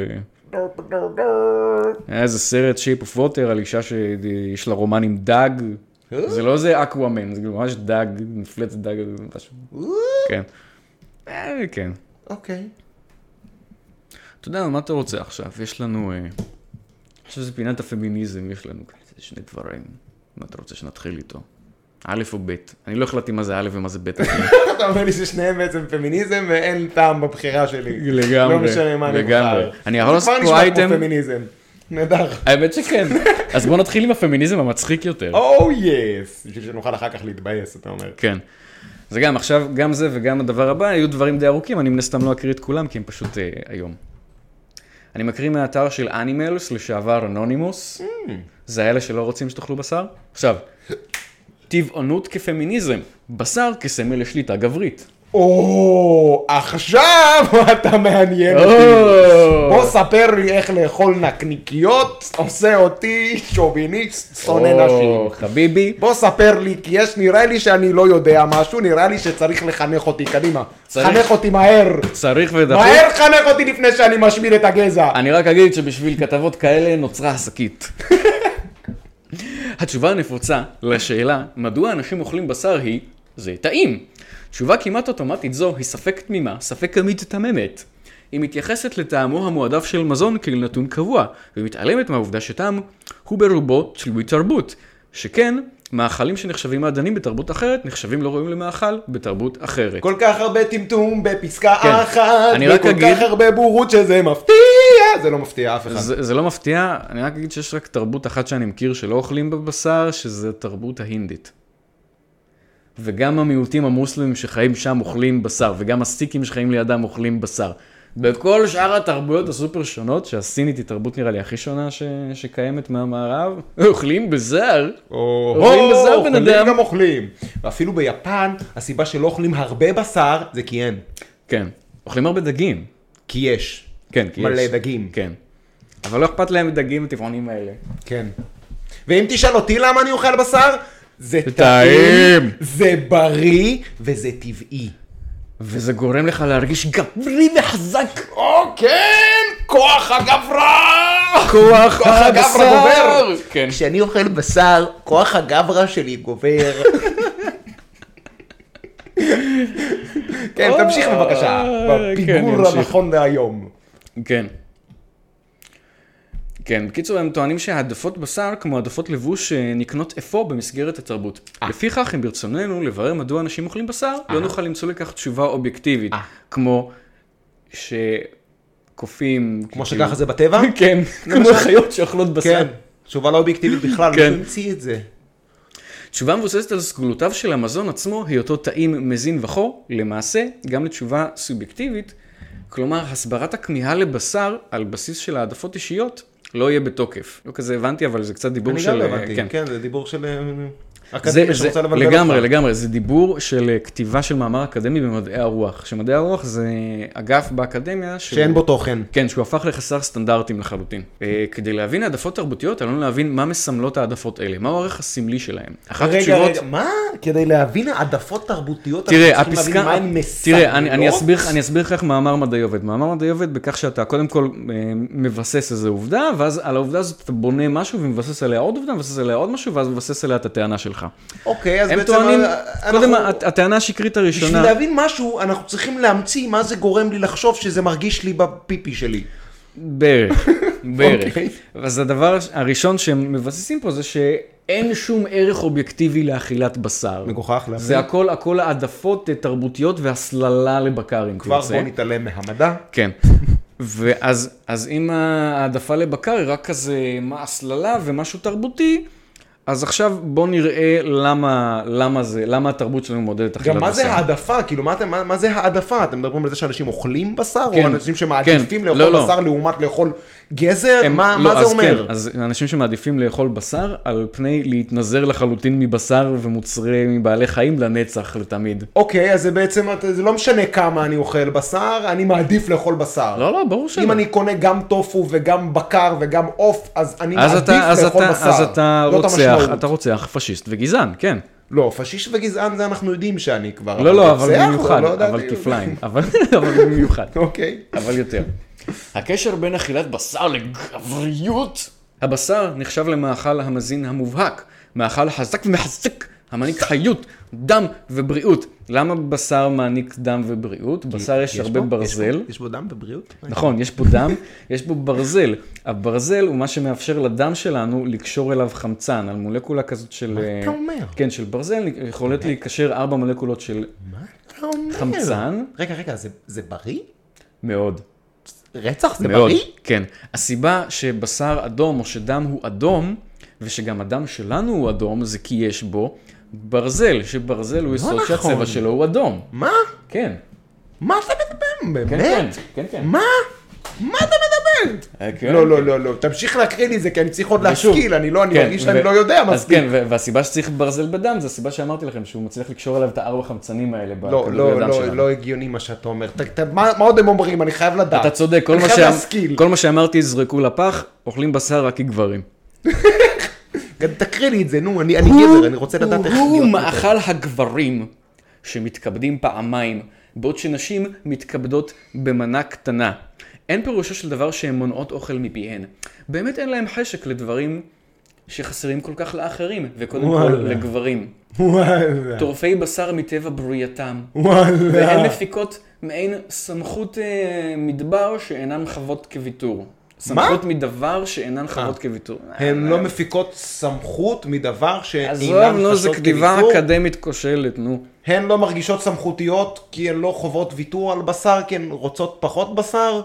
Speaker 2: היה איזה סרט Shape of Water על אישה שיש לה רומן עם דג. זה לא זה אקוואמן, זה ממש דג, מפלצת דג, משהו. כן. כן.
Speaker 1: אוקיי.
Speaker 2: אתה יודע, מה אתה רוצה עכשיו? יש לנו... עכשיו זה פינת הפמיניזם, יש לנו שני דברים. מה אתה רוצה שנתחיל איתו? א' או ב'? אני לא החלטתי מה זה א' ומה זה ב'.
Speaker 1: אתה אומר לי ששניהם בעצם פמיניזם ואין טעם בבחירה שלי.
Speaker 2: לגמרי.
Speaker 1: לא משנה מה אני בוחר.
Speaker 2: אני יכול לעשות פה
Speaker 1: כבר נשמע
Speaker 2: אייטם...
Speaker 1: כמו פמיניזם. נהדר.
Speaker 2: האמת שכן. אז בוא נתחיל עם הפמיניזם המצחיק יותר.
Speaker 1: או יס. בשביל שנוכל אחר כך להתבייס, אתה אומר.
Speaker 2: כן. זה גם עכשיו, גם זה וגם הדבר הבא, היו דברים די ארוכים, אני מן הסתם לא אקריא את כולם, כי הם פשוט אה, היום. אני מקריא מהאתר של אנימלס, לשעבר אנונימוס. Mm. זה האלה שלא רוצים שתאכלו בשר. עכשיו, טבעונות כפמיניזם, בשר כסמל לשליטה גברית.
Speaker 1: או, עכשיו אתה מעניין אותי. בוא ספר לי איך לאכול נקניקיות, עושה אותי שוביניסט, שונא נשים.
Speaker 2: חביבי.
Speaker 1: בוא ספר לי, כי יש, נראה לי שאני לא יודע משהו, נראה לי שצריך לחנך אותי, קדימה. חנך אותי מהר.
Speaker 2: צריך ודחוף.
Speaker 1: מהר חנך אותי לפני שאני משמיד את הגזע.
Speaker 2: אני רק אגיד שבשביל כתבות כאלה נוצרה השקית. התשובה הנפוצה לשאלה, מדוע אנשים אוכלים בשר היא, זה טעים. תשובה כמעט אוטומטית זו היא ספק תמימה, ספק עמית תממת. היא מתייחסת לטעמו המועדף של מזון כאל נתון קבוע, ומתעלמת מהעובדה שטעם הוא ברובו תלוי תרבות. שכן, מאכלים שנחשבים מעדנים בתרבות אחרת, נחשבים לא ראויים למאכל בתרבות אחרת.
Speaker 1: כל כך הרבה טמטום בפסקה
Speaker 2: כן.
Speaker 1: אחת, וכל
Speaker 2: אגיד...
Speaker 1: כך הרבה בורות שזה מפתיע. זה לא מפתיע אף אחד.
Speaker 2: זה, זה לא מפתיע, אני רק אגיד שיש רק תרבות אחת שאני מכיר שלא אוכלים בבשר, שזה תרבות ההינדית. וגם המיעוטים המוסלמים שחיים שם אוכלים בשר, וגם הסיקים שחיים לידם אוכלים בשר. בכל שאר התרבויות הסופר שונות, שהסינית היא תרבות נראה לי הכי שונה ש... שקיימת מהמערב, אוכלים בשר. אוכלים בשר בן אדם.
Speaker 1: אוכלים גם אוכלים. ואפילו ביפן, הסיבה שלא אוכלים הרבה בשר, זה כי אין.
Speaker 2: כן. אוכלים הרבה דגים.
Speaker 1: כי יש.
Speaker 2: כן, כי יש.
Speaker 1: מלא דגים.
Speaker 2: כן. אבל לא אכפת להם דגים הטבעונים האלה.
Speaker 1: כן. ואם תשאל אותי למה אני אוכל בשר, זה
Speaker 2: טעים,
Speaker 1: זה בריא וזה טבעי.
Speaker 2: וזה גורם לך להרגיש גברי וחזק.
Speaker 1: או כן, כוח הגברה!
Speaker 2: כוח
Speaker 1: הגברה גובר.
Speaker 2: כן.
Speaker 1: כשאני אוכל בשר, כוח הגברה שלי גובר. כן, תמשיך בבקשה, בפיגור הנכון להיום.
Speaker 2: כן. כן, בקיצור, הם טוענים שהעדפות בשר כמו העדפות לבוש נקנות אפוא במסגרת התרבות. לפיכך, אם ברצוננו לברר מדוע אנשים אוכלים בשר, לא נוכל למצוא לכך תשובה אובייקטיבית, כמו שקופים...
Speaker 1: כמו שככה זה בטבע?
Speaker 2: כן, כמו חיות שאוכלות בשר.
Speaker 1: כן, תשובה לא אובייקטיבית בכלל, מי המציא את זה?
Speaker 2: תשובה מבוססת על סגולותיו של המזון עצמו, היותו טעים, מזין וחור, למעשה, גם לתשובה סובייקטיבית, כלומר, הסברת הכמיהה לבשר על בסיס של העדפות אישיות, לא יהיה בתוקף. לא כזה הבנתי, אבל זה קצת דיבור של...
Speaker 1: אני גם לא הבנתי, כן, זה דיבור של...
Speaker 2: אקדמי שרוצה לבלבל אותך. לגמרי, לגמרי, זה דיבור של כתיבה של מאמר אקדמי במדעי הרוח. שמדעי הרוח זה אגף באקדמיה...
Speaker 1: שאין בו תוכן.
Speaker 2: כן, שהוא הפך לחסר סטנדרטים לחלוטין. כדי להבין העדפות תרבותיות, עלינו להבין מה מסמלות העדפות האלה, מהו הערך הסמלי שלהם.
Speaker 1: רגע, רגע, מה? כדי להבין העדפות תרבותיות,
Speaker 2: תראה, הפסקה... תראה, אני אסביר לך איך מאמר מדעי עובד. מאמר מדעי עובד בכך שאתה קודם כל מבסס איזו עובדה, ואז על העובדה הזאת אתה בונה משהו ומבסס עליה עוד עובדה, מבסס עליה עוד משהו, ואז מבסס עליה את הטענה שלך. שלך.
Speaker 1: אוקיי, אז
Speaker 2: הם
Speaker 1: בעצם...
Speaker 2: טוענים,
Speaker 1: אנחנו-
Speaker 2: קודם, הט- הטענה השקרית
Speaker 1: בשביל
Speaker 2: הראשונה,
Speaker 1: להבין משהו, אנחנו צריכים להמציא מה זה גורם לי לחשוב שזה מרגיש לי בפיפי שלי.
Speaker 2: בערך, בערך.
Speaker 1: אוקיי.
Speaker 2: אז הדבר הראשון שהם מבססים פה זה שאין שום ערך אובייקטיבי לאכילת בשר.
Speaker 1: מגוחך להבין.
Speaker 2: זה הכל, הכל העדפות תרבותיות והסללה לבקר, אם
Speaker 1: כבר
Speaker 2: תרצה.
Speaker 1: בוא נתעלם מהמדע.
Speaker 2: כן. ואז אז אם העדפה לבקר היא רק כזה מה הסללה ומשהו תרבותי, אז עכשיו בוא נראה למה, למה זה, למה התרבות שלנו מודדת אכילת
Speaker 1: גם
Speaker 2: בשר.
Speaker 1: מה זה העדפה? כאילו, מה, אתם- מה, מה זה העדפה? אתם מדברים על זה שאנשים אוכלים בשר?
Speaker 2: כן,
Speaker 1: או אנשים שמעדיפים
Speaker 2: כן,
Speaker 1: לאכול
Speaker 2: לא, לא.
Speaker 1: בשר לעומת לאכול גזר?
Speaker 2: הם-
Speaker 1: מה,
Speaker 2: לא,
Speaker 1: מה זה
Speaker 2: אז
Speaker 1: אומר?
Speaker 2: כן, אז אנשים שמעדיפים לאכול בשר על פני להתנזר לחלוטין מבשר ומוצרי מבעלי חיים לנצח לתמיד.
Speaker 1: אוקיי, אז זה בעצם, זה לא משנה כמה אני אוכל בשר, אני מעדיף לאכול בשר.
Speaker 2: לא, לא, ברור שלא.
Speaker 1: אם אני קונה גם טופו וגם בקר וגם עוף, אז אני
Speaker 2: אז
Speaker 1: מעדיף
Speaker 2: אתה, אז
Speaker 1: לאכול
Speaker 2: אתה,
Speaker 1: בשר.
Speaker 2: אז אתה
Speaker 1: זאת
Speaker 2: רוצח,
Speaker 1: המשמעות.
Speaker 2: אתה רוצח פשיסט וגזען, כן.
Speaker 1: לא, פשיסט וגזען זה אנחנו יודעים שאני כבר...
Speaker 2: לא, לא, אבל
Speaker 1: רוצח,
Speaker 2: במיוחד,
Speaker 1: לא יודע,
Speaker 2: אבל
Speaker 1: כאילו.
Speaker 2: כפליים, אבל אבל במיוחד.
Speaker 1: אוקיי.
Speaker 2: אבל יותר. הקשר בין אכילת בשר לגבריות. הבשר נחשב למאכל המזין המובהק, מאכל חזק ומחזק, המעניק חיות, דם ובריאות. למה בשר מעניק דם ובריאות? בשר יש הרבה
Speaker 1: בו-
Speaker 2: ברזל.
Speaker 1: יש בו- יש בו דם בבריאות?
Speaker 2: נכון, יש פה דם, יש פה ברזל. הברזל הוא מה שמאפשר לדם שלנו לקשור אליו חמצן, על מולקולה כזאת של...
Speaker 1: מה אתה אומר?
Speaker 2: כן, של ברזל, יכולת להיקשר ארבע מולקולות של
Speaker 1: מה אתה אומר?
Speaker 2: חמצן.
Speaker 1: רגע, רגע, זה- זה בריא?
Speaker 2: מאוד.
Speaker 1: רצח זה
Speaker 2: מאוד,
Speaker 1: בריא?
Speaker 2: כן. הסיבה שבשר אדום או שדם הוא אדום, ושגם הדם שלנו הוא אדום, זה כי יש בו ברזל, שברזל הוא יסוד
Speaker 1: נכון.
Speaker 2: שהצבע שלו הוא אדום.
Speaker 1: מה?
Speaker 2: כן.
Speaker 1: מה אתה מדבר?
Speaker 2: כן,
Speaker 1: באמת?
Speaker 2: כן, כן, כן.
Speaker 1: מה? מה אתה מדבר?
Speaker 2: אה, כן.
Speaker 1: לא, לא, לא, לא. תמשיך להקריא לי זה, כי אני צריך עוד
Speaker 2: ושוב,
Speaker 1: להשכיל, אני לא, אני
Speaker 2: כן,
Speaker 1: מרגיש
Speaker 2: ו-
Speaker 1: שאני לא יודע
Speaker 2: אז
Speaker 1: מספיק.
Speaker 2: כן, ו- והסיבה שצריך ברזל בדם, זה הסיבה שאמרתי לכם, שהוא מצליח לקשור אליו את הארבע חמצנים האלה
Speaker 1: לא,
Speaker 2: בכדורי
Speaker 1: לא,
Speaker 2: הדם
Speaker 1: לא,
Speaker 2: שלנו.
Speaker 1: לא הגיוני מה שאתה אומר. ת- ת- מה מה עוד הם אומרים? אני חייב לדעת.
Speaker 2: אתה צודק, כל
Speaker 1: אני
Speaker 2: מה
Speaker 1: חייב
Speaker 2: שה-
Speaker 1: להשכיל.
Speaker 2: כל מה שאמרתי זרקו לפח, אוכלים בשר רק כגברים.
Speaker 1: תקריא לי את זה, נו, אני אני גבר, אני רוצה לדעת איך
Speaker 2: הוא
Speaker 1: להיות.
Speaker 2: מאכל הגברים שמתכבדים פעמיים, בעוד שנשים מתכבדות במנה קטנה. אין פירושו של דבר שהן מונעות אוכל מפיהן. באמת אין להם חשק לדברים שחסרים כל כך לאחרים, וקודם כל
Speaker 1: וואלה.
Speaker 2: לגברים.
Speaker 1: וואלה,
Speaker 2: טורפי בשר מטבע בריאתם,
Speaker 1: וואלה.
Speaker 2: והן מפיקות מעין סמכות אה, מדבר שאינן חוות כוויתור. סמכות מדבר שאינן חוות כוויתור.
Speaker 1: הן לא מפיקות סמכות מדבר שאינן
Speaker 2: עזוב, נו, זה
Speaker 1: חשות
Speaker 2: כתיבה
Speaker 1: כוויתור.
Speaker 2: אקדמית כושלת, נו.
Speaker 1: הן לא מרגישות סמכותיות כי הן לא חוות ויתור על בשר, כי הן רוצות פחות בשר.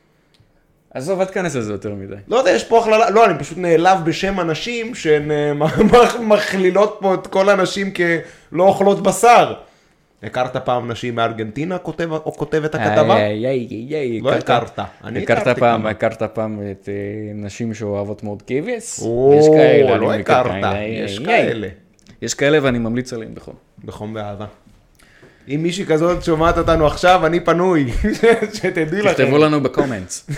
Speaker 2: עזוב, אל תכנס לזה יותר מדי.
Speaker 1: לא יודע, יש פה הכללה, לא, אני פשוט נעלב בשם אנשים שהן אה, מכלילות פה את כל הנשים כלא אוכלות בשר. הכרת פעם נשים מארגנטינה כותב, או כותב את הכתבה?
Speaker 2: איי, איי, איי, איי,
Speaker 1: לא הכרת. אני
Speaker 2: הכרת
Speaker 1: הכרתי
Speaker 2: פעם,
Speaker 1: כמה.
Speaker 2: הכרת פעם את אה, נשים שאוהבות מאוד כבש?
Speaker 1: או,
Speaker 2: יש כאלה,
Speaker 1: לא
Speaker 2: אני מכיר
Speaker 1: הכרת,
Speaker 2: כאלה, איי,
Speaker 1: יש
Speaker 2: איי, איי.
Speaker 1: כאלה.
Speaker 2: יש כאלה ואני ממליץ עליהם בחום.
Speaker 1: בחום ואהבה. אם מישהי כזאת שומעת אותנו עכשיו, אני פנוי. שתדעו לכם.
Speaker 2: תכתבו לנו בקומנטס.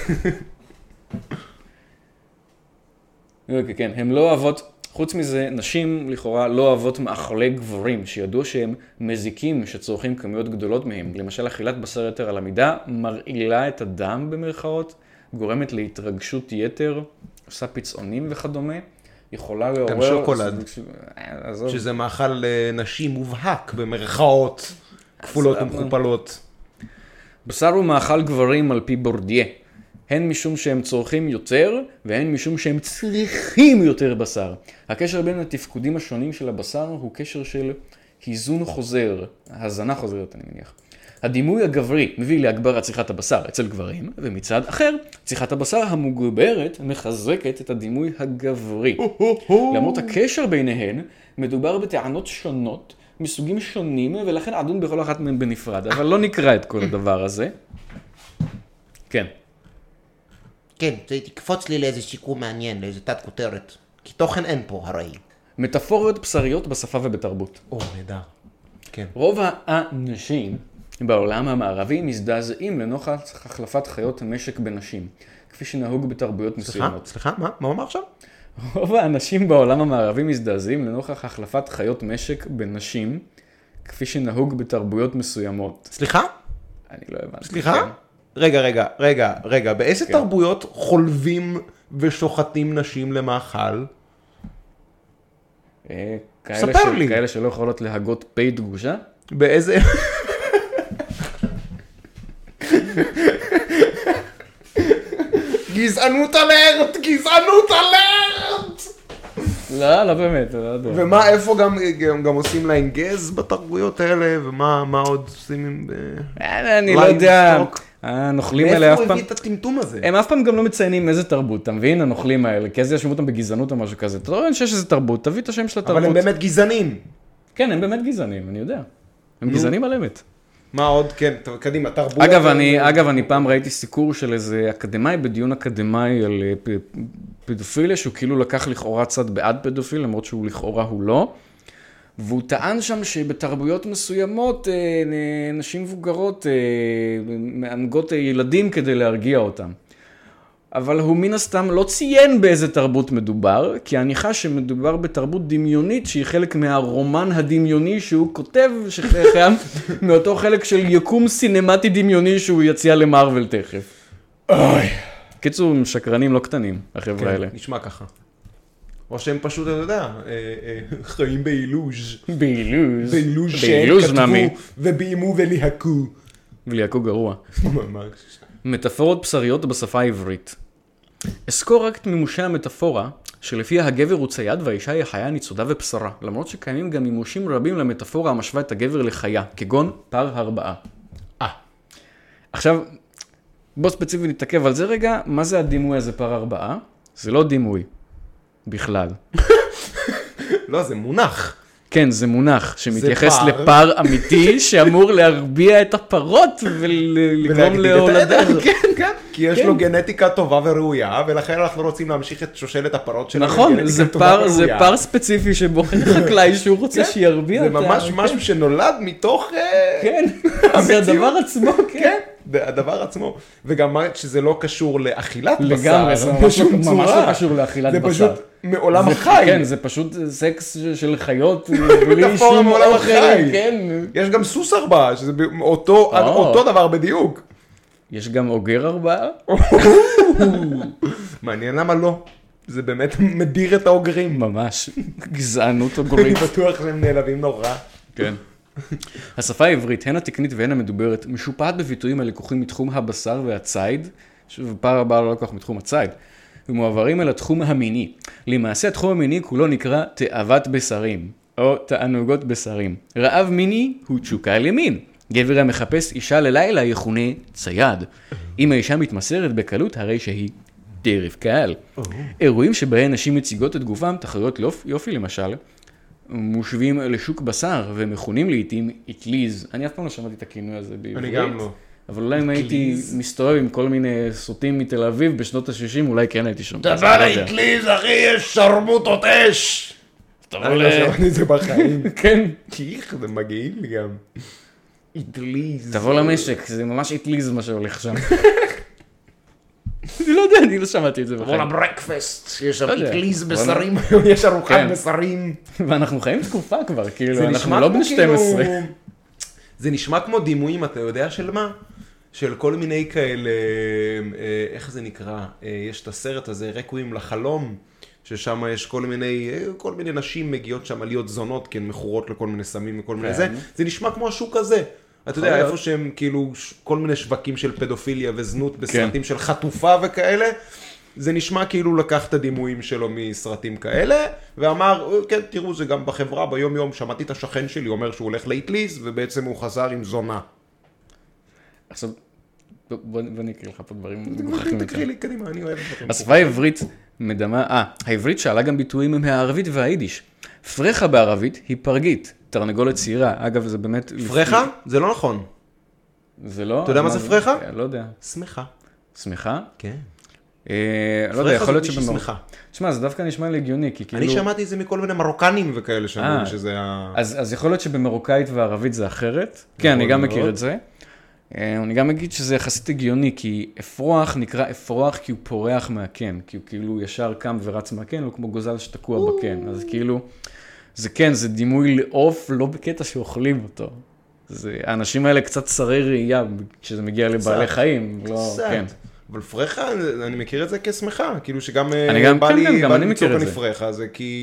Speaker 2: אוקיי, כן, הם לא אוהבות, חוץ מזה, נשים לכאורה לא אוהבות מאכלי גברים, שידעו שהם מזיקים שצורכים כמויות גדולות מהם. למשל, אכילת בשר יתר על המידה מרעילה את הדם במרכאות, גורמת להתרגשות יתר, עושה פצעונים וכדומה, יכולה לעורר...
Speaker 1: גם שוקולד.
Speaker 2: עזוב.
Speaker 1: שזה מאכל אה, נשים מובהק במרכאות כפולות
Speaker 2: אז-
Speaker 1: ומכופלות.
Speaker 2: בשר הוא מאכל גברים על פי בורדיה. הן משום שהם צורכים יותר, והן משום שהם צריכים יותר בשר. הקשר בין התפקודים השונים של הבשר הוא קשר של היזון חוזר, הזנה חוזרת אני מניח. הדימוי הגברי מביא להגברת צריכת הבשר אצל גברים, ומצד אחר, צריכת הבשר המוגברת מחזקת את הדימוי הגברי. למרות הקשר ביניהן, מדובר בטענות שונות, מסוגים שונים, ולכן אדון בכל אחת מהן בנפרד. אבל לא נקרא את כל הדבר הזה. כן.
Speaker 4: כן, זה תקפוץ לי לאיזה שיקום מעניין, לאיזה תת כותרת. כי תוכן אין פה הרי.
Speaker 2: מטאפוריות בשריות בשפה ובתרבות.
Speaker 1: או, נהדר. כן.
Speaker 2: רוב האנשים בעולם המערבי מזדעזעים לנוכח החלפת חיות המשק בנשים, כפי שנהוג בתרבויות
Speaker 1: סליחה,
Speaker 2: מסוימות.
Speaker 1: סליחה, מה? מה הוא אמר עכשיו?
Speaker 2: רוב האנשים בעולם המערבי מזדעזעים לנוכח החלפת חיות משק בנשים, כפי שנהוג בתרבויות מסוימות.
Speaker 1: סליחה?
Speaker 2: אני לא הבנתי.
Speaker 1: סליחה?
Speaker 2: כן.
Speaker 1: רגע, רגע, רגע, רגע, באיזה
Speaker 2: כן.
Speaker 1: תרבויות חולבים ושוחטים נשים למאכל?
Speaker 2: אה, כאלה
Speaker 1: ספר
Speaker 2: ש-
Speaker 1: לי.
Speaker 2: כאלה שלא יכולות להגות פי דגושה?
Speaker 1: באיזה... גזענות אלרט! גזענות אלרט!
Speaker 2: לא, לא באמת, לא יודע.
Speaker 1: ומה, איפה גם, גם, גם עושים להם גז בתרבויות האלה, ומה מה עוד עושים עם...
Speaker 2: אה, אני לא יודע, הנוכלים האלה
Speaker 1: מאיפה
Speaker 2: אף
Speaker 1: הוא
Speaker 2: פעם...
Speaker 1: הביא את הטמטום הזה?
Speaker 2: הם אף פעם גם לא מציינים איזה תרבות, אתה מבין? הנוכלים האלה, כי אז ישבו אותם בגזענות או משהו כזה. אתה לא רואה שיש איזה תרבות, תביא את השם של התרבות.
Speaker 1: אבל הם באמת גזענים.
Speaker 2: כן, הם באמת גזענים, אני יודע. הם גזענים על אמת.
Speaker 1: מה עוד? כן, טוב, קדימה, תרבות.
Speaker 2: אגב, אני, אגב, אני פעם ראיתי סיקור של איזה אקדמאי בדיון אקדמאי על אה, פ- פדופיליה, שהוא כאילו לקח לכאורה צד בעד פדופיל, למרות שהוא לכאורה הוא לא. והוא טען שם שבתרבויות מסוימות, אה, נשים מבוגרות אה, מענגות ילדים כדי להרגיע אותם. אבל הוא מן הסתם לא ציין באיזה תרבות מדובר, כי אני חש שמדובר בתרבות דמיונית שהיא חלק מהרומן הדמיוני שהוא כותב, שחלק מאותו חלק של יקום סינמטי דמיוני שהוא יציע למרוול תכף. אוי. קיצור, הם שקרנים לא קטנים, החבר'ה האלה.
Speaker 1: נשמע ככה. או שהם פשוט, אתה יודע, אה, אה, חיים באילוז'.
Speaker 2: באילוז.
Speaker 1: באילוז' שהם
Speaker 2: באילוז, נמי.
Speaker 1: כתבו וביימו וליהקו.
Speaker 2: וליעקו גרוע.
Speaker 1: ממש.
Speaker 2: מטאפורות בשריות בשפה העברית. אזכור רק את מימושי המטאפורה, שלפיה הגבר הוא צייד והאישה היא חיה ניצודה ובשרה, למרות שקיימים גם מימושים רבים למטאפורה המשווה את הגבר לחיה, כגון פר הרבעה. אה. עכשיו, בוא ספציפית נתעכב על זה רגע, מה זה הדימוי הזה פר הרבעה? זה לא דימוי, בכלל.
Speaker 1: לא, זה מונח.
Speaker 2: כן, זה מונח שמתייחס
Speaker 1: פר.
Speaker 2: לפר אמיתי שאמור להרביע את הפרות ולגרום
Speaker 1: ולהגדיל את
Speaker 2: להולדה.
Speaker 1: העדר.
Speaker 2: כן, כן.
Speaker 1: כי יש לו גנטיקה טובה וראויה, ולכן אנחנו רוצים להמשיך את שושלת הפרות שלנו.
Speaker 2: נכון,
Speaker 1: בגנטיקה
Speaker 2: זה
Speaker 1: טובה
Speaker 2: פר, זה
Speaker 1: וראויה.
Speaker 2: פר ספציפי שבוחר חקלאי שהוא רוצה שירביע
Speaker 1: זה
Speaker 2: אותה.
Speaker 1: ממש משהו שנולד מתוך... אה,
Speaker 2: כן, זה הדבר עצמו, כן.
Speaker 1: זה הדבר עצמו. וגם מה שזה לא קשור לאכילת בשר.
Speaker 2: לגמרי, זה ממש
Speaker 1: בשום
Speaker 2: לא- ממש
Speaker 1: צורה.
Speaker 2: לא קשור לאכילת
Speaker 1: זה
Speaker 2: בשר.
Speaker 1: פשוט מעולם
Speaker 2: זה-
Speaker 1: החי.
Speaker 2: כן, זה פשוט סקס של חיות בלי
Speaker 1: מטאפורה
Speaker 2: שום
Speaker 1: מעולם
Speaker 2: אוכל,
Speaker 1: החי.
Speaker 2: כן.
Speaker 1: יש גם סוס ארבעה, שזה ב- אותו
Speaker 2: או.
Speaker 1: אותו דבר בדיוק.
Speaker 2: יש גם אוגר ארבעה?
Speaker 1: מעניין למה לא. זה באמת מדיר את האוגרים.
Speaker 2: ממש, גזענות
Speaker 1: אני
Speaker 2: אוגרית.
Speaker 1: בטוח שהם נעלבים נורא.
Speaker 2: כן. השפה העברית, הן התקנית והן המדוברת, משופעת בביטויים הלקוחים מתחום הבשר והציד, ופער הבא לא לקוח מתחום הציד, ומועברים אל התחום המיני. למעשה התחום המיני כולו נקרא תאוות בשרים, או תענוגות בשרים. רעב מיני הוא תשוקה למין. גבר המחפש אישה ללילה יכונה צייד. אם האישה מתמסרת בקלות, הרי שהיא טרף קהל. אירועים שבהן נשים מציגות את גופם, תחרויות יופי למשל, מושבים לשוק בשר ומכונים לעתים אטליז. אני אף פעם לא שמעתי את הכינוי הזה בעברית.
Speaker 1: אני גם לא.
Speaker 2: אבל אולי אם הייתי מסתובב עם כל מיני סוטים מתל אביב בשנות ה-שישים, אולי כן הייתי שומע.
Speaker 1: דבר האטליז, אחי, יש שרמוטות אש! אני לא שמעתי את זה בחיים.
Speaker 2: כן.
Speaker 1: איך, זה מגעיל לי גם. אטליז.
Speaker 2: תבוא למשק, זה ממש אטליז מה שהולך שם. אני לא יודע, אני לא שמעתי את זה
Speaker 1: תבוא
Speaker 2: בחיים.
Speaker 1: לברקפסט, יש שם
Speaker 2: לא יודע.
Speaker 1: אטליז
Speaker 2: בוא
Speaker 1: בשרים, יש ארוחת
Speaker 2: כן.
Speaker 1: בשרים.
Speaker 2: ואנחנו חיים תקופה כבר, כאילו,
Speaker 1: זה
Speaker 2: אנחנו
Speaker 1: נשמע
Speaker 2: לא
Speaker 1: כמו
Speaker 2: בני שתים עשרה.
Speaker 1: כאילו- זה נשמע כמו דימויים, אתה יודע של מה? של כל מיני כאלה, אה, איך זה נקרא? אה, יש את הסרט הזה, רקווים לחלום, ששם יש כל מיני, אה, כל מיני נשים מגיעות שם להיות זונות, כי הן מכורות לכל מיני סמים וכל מיני
Speaker 2: כן.
Speaker 1: זה. זה נשמע כמו השוק הזה. אתה יודע,
Speaker 2: להיות.
Speaker 1: איפה שהם כאילו ש- כל מיני שווקים של פדופיליה וזנות בסרטים של חטופה וכאלה, זה נשמע כאילו לקח את הדימויים שלו מסרטים כאלה, ואמר, כן, תראו, זה גם בחברה, ביום יום, שמעתי את השכן שלי, אומר שהוא הולך לאטליז, ובעצם הוא חזר עם זונה.
Speaker 2: עכשיו, בוא בוא אני אקריא לך פה דברים מגוחכים.
Speaker 1: תקריא לי, קדימה, אני אוהב דברים.
Speaker 2: השפה העברית מדמה, אה, העברית שאלה גם ביטויים מהערבית והיידיש. פרחה בערבית היא פרגית, תרנגולת צעירה. אגב, זה באמת...
Speaker 1: פרחה? זה לא נכון.
Speaker 2: זה לא...
Speaker 1: אתה יודע מה זה פרחה?
Speaker 2: לא יודע.
Speaker 1: שמחה.
Speaker 2: שמחה?
Speaker 1: כן.
Speaker 2: אה, לא יודע, יכול להיות
Speaker 1: פרחה זה
Speaker 2: שבמר...
Speaker 1: מישהי שמחה.
Speaker 2: תשמע, זה דווקא נשמע לי הגיוני, כי כאילו...
Speaker 1: אני שמעתי את זה מכל מיני מרוקנים וכאלה שאומרים
Speaker 2: אה,
Speaker 1: שזה ה...
Speaker 2: אז, אז יכול להיות שבמרוקאית וערבית זה אחרת. כן, אני גם מכיר
Speaker 1: מאוד.
Speaker 2: את זה. אה, אני גם אגיד שזה יחסית הגיוני, כי אפרוח נקרא אפרוח כי הוא פורח מהקן, כי הוא כאילו ישר קם ורץ מהקן, הוא כמו גוזל שתקוע בקן. אז כאילו, זה כן, זה דימוי לעוף, לא בקטע שאוכלים אותו. זה, האנשים האלה קצת שרי ראייה, כשזה מגיע לבעלי חיים. לא,
Speaker 1: קצת.
Speaker 2: כן.
Speaker 1: אבל פרחה, אני מכיר את זה כשמחה, כאילו שגם
Speaker 2: אני גם-
Speaker 1: בא
Speaker 2: כן,
Speaker 1: לי
Speaker 2: כן, גם
Speaker 1: בא
Speaker 2: אני
Speaker 1: לי
Speaker 2: מכיר
Speaker 1: לצעוק
Speaker 2: את
Speaker 1: אני
Speaker 2: זה.
Speaker 1: פרחה, זה כי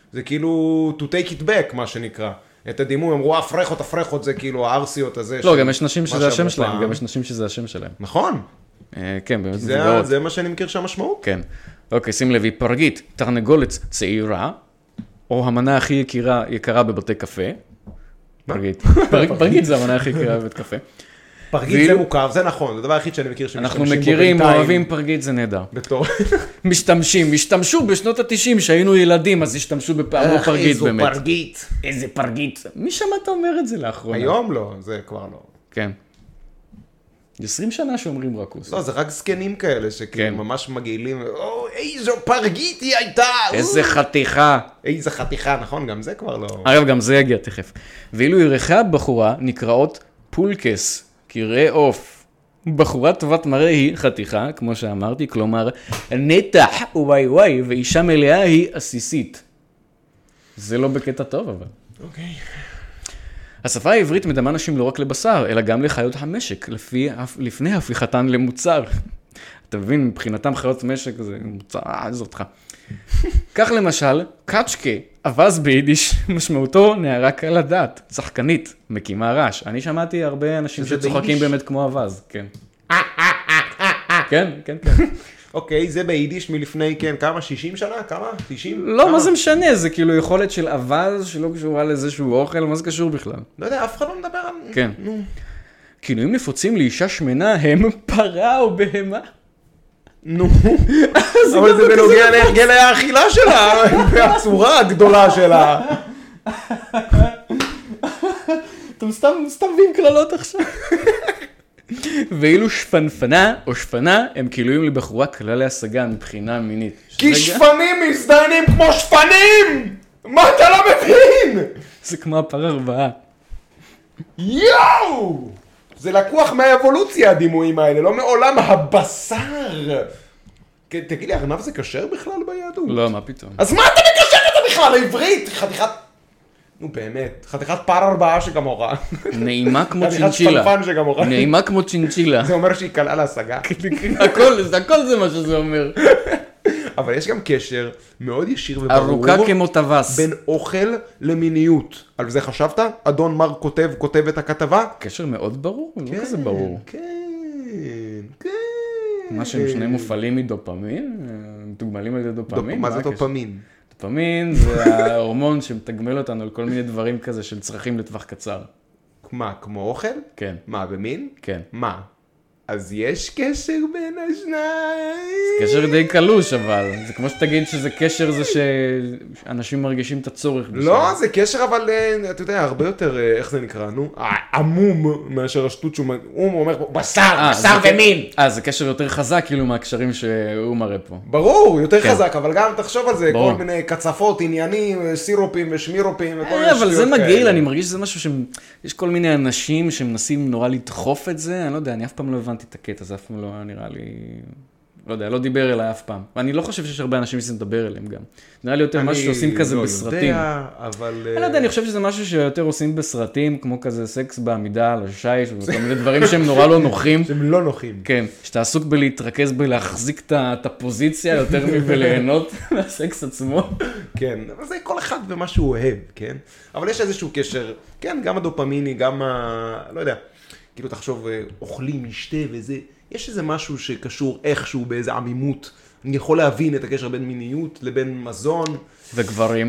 Speaker 1: זה כאילו to take it back, מה שנקרא. את הדימוי, אמרו, הפרחות, הפרחות, זה כאילו הארסיות הזה.
Speaker 2: לא, גם יש נשים שזה השם שלהם, גם יש נשים שזה השם שלהם.
Speaker 1: נכון.
Speaker 2: כן, באמת מבוגרות.
Speaker 1: זה מה שאני מכיר שהמשמעות.
Speaker 2: כן. אוקיי, שים לב, היא פרגית, תרנגולת צעירה, או המנה הכי יקרה, יקרה בבתי קפה. פרגית. פרגית זה המנה הכי יקרה בבית קפה.
Speaker 1: פרגית זה מוכר, זה נכון, זה הדבר היחיד שאני מכיר
Speaker 2: אנחנו מכירים, אוהבים פרגית, זה נהדר.
Speaker 1: בתור...
Speaker 2: משתמשים, השתמשו בשנות ה-תשעים שהיינו ילדים, אז השתמשו בפעמו פרגית באמת.
Speaker 4: איזו פרגית.
Speaker 2: איזה פרגית. מי שמעת אומר את זה לאחרונה?
Speaker 1: היום לא, זה כבר לא.
Speaker 2: כן. עשרים שנה שאומרים רקוס.
Speaker 1: לא, זה רק זקנים כאלה שכאילו ממש מגעילים, או, איזו פרגית היא הייתה.
Speaker 2: איזה חתיכה.
Speaker 1: איזה חתיכה, נכון, גם זה כבר לא...
Speaker 2: אגב, גם זה יגיע תכף. ואילו ירחי הבחורה נקראות פולקס. קרעי עוף. בחורה טובת מראה היא חתיכה, כמו שאמרתי, כלומר, נתח וואי וואי, ואישה מלאה היא עסיסית. זה לא בקטע טוב, אבל.
Speaker 1: אוקיי.
Speaker 2: השפה העברית מדמה נשים לא רק לבשר, אלא גם לחיות המשק, לפי, לפני הפיכתן למוצר. אתה מבין, מבחינתם חיות משק זה מוצר, אה, זה אותך. כך למשל, קאצ'קה, אבז ביידיש, משמעותו נערה קל הדעת, צחקנית, מקימה רעש. אני שמעתי הרבה אנשים שצוחקים באמת כמו אבז, כן. כן, כן, כן.
Speaker 1: אוקיי, זה ביידיש מלפני, כן, כמה? שישים שנה? כמה? תשעים?
Speaker 2: לא, מה זה משנה? זה כאילו יכולת של אבז שלא קשורה לאיזשהו אוכל, מה זה קשור בכלל?
Speaker 1: לא יודע, אף אחד לא מדבר על...
Speaker 2: כן. כינויים נפוצים לאישה שמנה הם פרה או בהמה.
Speaker 1: נו, אבל זה בנוגע להרגל האכילה שלה, והצורה הגדולה שלה.
Speaker 2: אתם סתם מביאים כללות עכשיו. ואילו שפנפנה או שפנה הם כינויים לבחורה קלה להשגה מבחינה מינית.
Speaker 1: כי שפנים מזדיינים כמו שפנים! מה אתה לא מבין?
Speaker 2: זה כמו הפרה ארבעה.
Speaker 1: יואו! זה לקוח מהאבולוציה הדימויים האלה, לא מעולם הבשר. תגיד לי, ארנב זה כשר בכלל ביהדות?
Speaker 2: לא, מה פתאום?
Speaker 1: אז מה אתה מקשר את זה בכלל לעברית? חתיכת... נו באמת, חתיכת פר ארבעה שכמורה.
Speaker 2: נעימה כמו
Speaker 1: חתיכת
Speaker 2: צ'ינצ'ילה.
Speaker 1: שפנפן שכמורה.
Speaker 2: נעימה כמו צ'ינצ'ילה.
Speaker 1: זה אומר שהיא קלה להשגה.
Speaker 2: הכל, הכל זה מה שזה אומר.
Speaker 1: אבל יש גם קשר מאוד ישיר וברור.
Speaker 2: ארוכה כמו טווס.
Speaker 1: בין אוכל למיניות. על זה חשבת? אדון מר כותב, כותב את הכתבה?
Speaker 2: קשר מאוד ברור, לא כזה ברור.
Speaker 1: כן, כן.
Speaker 2: מה שהם שני מופעלים מדופמין, מתוגמלים על ידי דופמין.
Speaker 1: מה זה דופמין?
Speaker 2: דופמין זה ההורמון שמתגמל אותנו על כל מיני דברים כזה של צרכים לטווח קצר.
Speaker 1: מה, כמו אוכל?
Speaker 2: כן.
Speaker 1: מה, במין?
Speaker 2: כן.
Speaker 1: מה? אז יש קשר בין השניים?
Speaker 2: זה קשר די קלוש, אבל זה כמו שתגיד שזה קשר זה שאנשים מרגישים את הצורך.
Speaker 1: לא, זה קשר אבל, אתה יודע, הרבה יותר, איך זה נקרא, נו? עמום מאשר השטות שהוא אומר, בשר, בשר ומין.
Speaker 2: אה, זה קשר יותר חזק כאילו מהקשרים שהוא מראה פה.
Speaker 1: ברור, יותר חזק, אבל גם תחשוב על זה, כל מיני קצפות, עניינים, סירופים ושמירופים וכל מיני שטויות כאלה.
Speaker 2: אבל זה מגעיל, אני מרגיש שזה משהו שיש כל מיני אנשים שמנסים נורא לדחוף את זה, אני לא יודע, אני אף פעם לא הבנתי את הקטע, זה אף פעם לא נראה לי, לא יודע, לא דיבר אליי אף פעם. ואני לא חושב שיש הרבה אנשים שצריכים לדבר אליהם גם. נראה לי יותר משהו שעושים כזה בסרטים.
Speaker 1: אני לא יודע, אבל...
Speaker 2: אני לא יודע, אני חושב שזה משהו שיותר עושים בסרטים, כמו כזה סקס בעמידה על השיש, וכל מיני דברים שהם נורא לא נוחים.
Speaker 1: שהם לא נוחים.
Speaker 2: כן, שאתה עסוק בלהתרכז בלהחזיק את הפוזיציה יותר מבליהנות מהסקס עצמו.
Speaker 1: כן, אבל זה כל אחד ומה שהוא אוהב, כן? אבל יש איזשהו קשר, כן, גם הדופמיני, גם ה... לא יודע. כאילו תחשוב, אוכלים, משתה וזה, יש איזה משהו שקשור איכשהו באיזה עמימות. אני יכול להבין את הקשר בין מיניות לבין מזון.
Speaker 2: וגברים.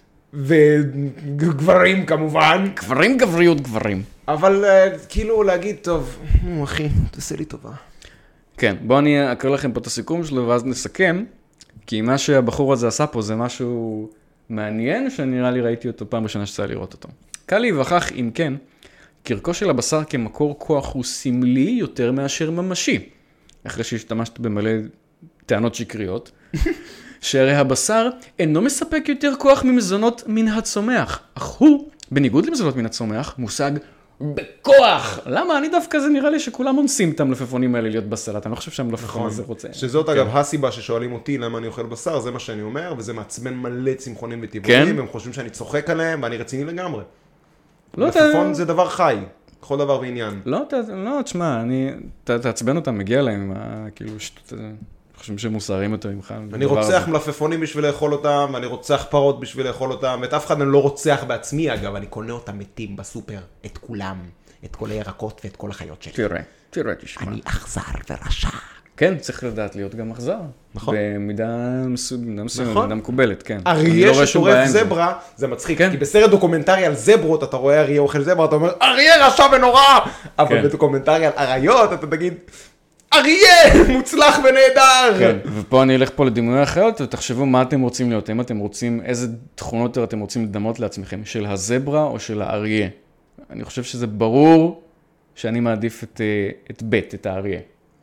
Speaker 1: וגברים כמובן.
Speaker 2: גברים, גבריות, גברים.
Speaker 1: אבל כאילו להגיד, טוב, אחי, תעשה לי טובה.
Speaker 2: כן, בואו אני אקרא לכם פה את הסיכום שלו ואז נסכם, כי מה שהבחור הזה עשה פה זה משהו מעניין, שנראה לי ראיתי אותו פעם ראשונה שצריך לראות אותו. קל להיווכח אם כן, קרקו של הבשר כמקור כוח הוא סמלי יותר מאשר ממשי. אחרי שהשתמשת במלא טענות שקריות. שהרי הבשר אינו מספק יותר כוח ממזונות מן הצומח. אך הוא, בניגוד למזונות מן הצומח, מושג בכוח. למה? אני דווקא זה נראה לי שכולם אונסים את המלפפונים האלה להיות בסלט. אני לא חושב שהמלפפון הזה רוצה.
Speaker 1: שזאת אגב הסיבה ששואלים אותי למה אני אוכל בשר, זה מה שאני אומר, וזה מעצבן מלא צמחונים וטבעונים, והם חושבים שאני צוחק עליהם, ואני רציני לגמרי. מלפפון זה דבר חי, כל דבר ועניין.
Speaker 2: לא, לא, תשמע, אני, תעצבן אותם, מגיע להם, כאילו, חושבים שהם מוסריים יותר ממך.
Speaker 1: אני רוצח מלפפונים בשביל לאכול אותם, אני רוצח פרות בשביל לאכול אותם, את אף אחד אני לא רוצח בעצמי אגב, אני קונה אותם מתים בסופר, את כולם, את כל הירקות ואת כל החיות שלי.
Speaker 2: תראה, תראה, תשמע.
Speaker 4: אני אכזר ורשע.
Speaker 2: כן, צריך לדעת להיות גם אכזר.
Speaker 1: נכון.
Speaker 2: במידה מסוימת,
Speaker 1: נכון.
Speaker 2: במידה מקובלת, כן.
Speaker 1: אריה שטורף זברה, זה מצחיק,
Speaker 2: כן.
Speaker 1: כי בסרט דוקומנטרי על זברות, אתה רואה אריה אוכל זברה, אתה אומר, אריה רשע ונורא! אבל
Speaker 2: כן.
Speaker 1: בדוקומנטרי על אריות, אתה תגיד, אריה מוצלח ונהדר!
Speaker 2: כן, ופה אני אלך פה לדימוי החיות, ותחשבו מה אתם רוצים להיות, אם אתם רוצים, איזה תכונות אתם רוצים לדמות לעצמכם, של הזברה או של האריה. אני חושב שזה ברור שאני מעדיף את, את ב', את האריה.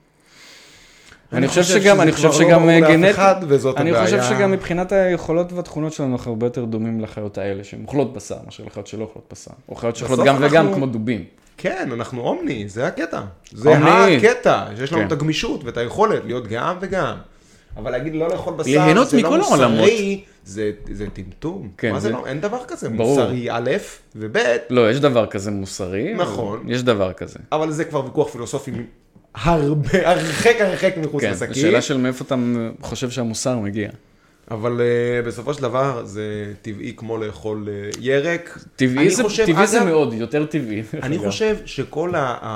Speaker 2: אני חושב שגם, אני חושב שגם גנטית, אני חושב שגם מבחינת היכולות והתכונות שלנו אנחנו הרבה יותר דומים לחיות האלה, שהן אוכלות בשר, מאשר לחיות שלא אוכלות בשר, או חיות שאוכלות גם וגם כמו דובים.
Speaker 1: כן, אנחנו אומני, זה הקטע. זה הקטע, שיש לנו את הגמישות ואת היכולת להיות גם וגם. אבל להגיד לא לאכול בשר, זה לא מוסרי, זה טמטום. מה זה לא? אין דבר כזה, מוסרי א' וב'.
Speaker 2: לא, יש דבר כזה מוסרי.
Speaker 1: נכון.
Speaker 2: יש דבר כזה.
Speaker 1: אבל זה כבר ויכוח פילוסופי הרבה, הרחק הרחק מחוץ לשקית.
Speaker 2: כן, השאלה של מאיפה אתה חושב שהמוסר מגיע.
Speaker 1: אבל uh, בסופו של דבר זה טבעי כמו לאכול uh, ירק.
Speaker 2: טבעי, זה, חושב, טבעי אגב, זה מאוד, יותר טבעי.
Speaker 1: אני חושב שכל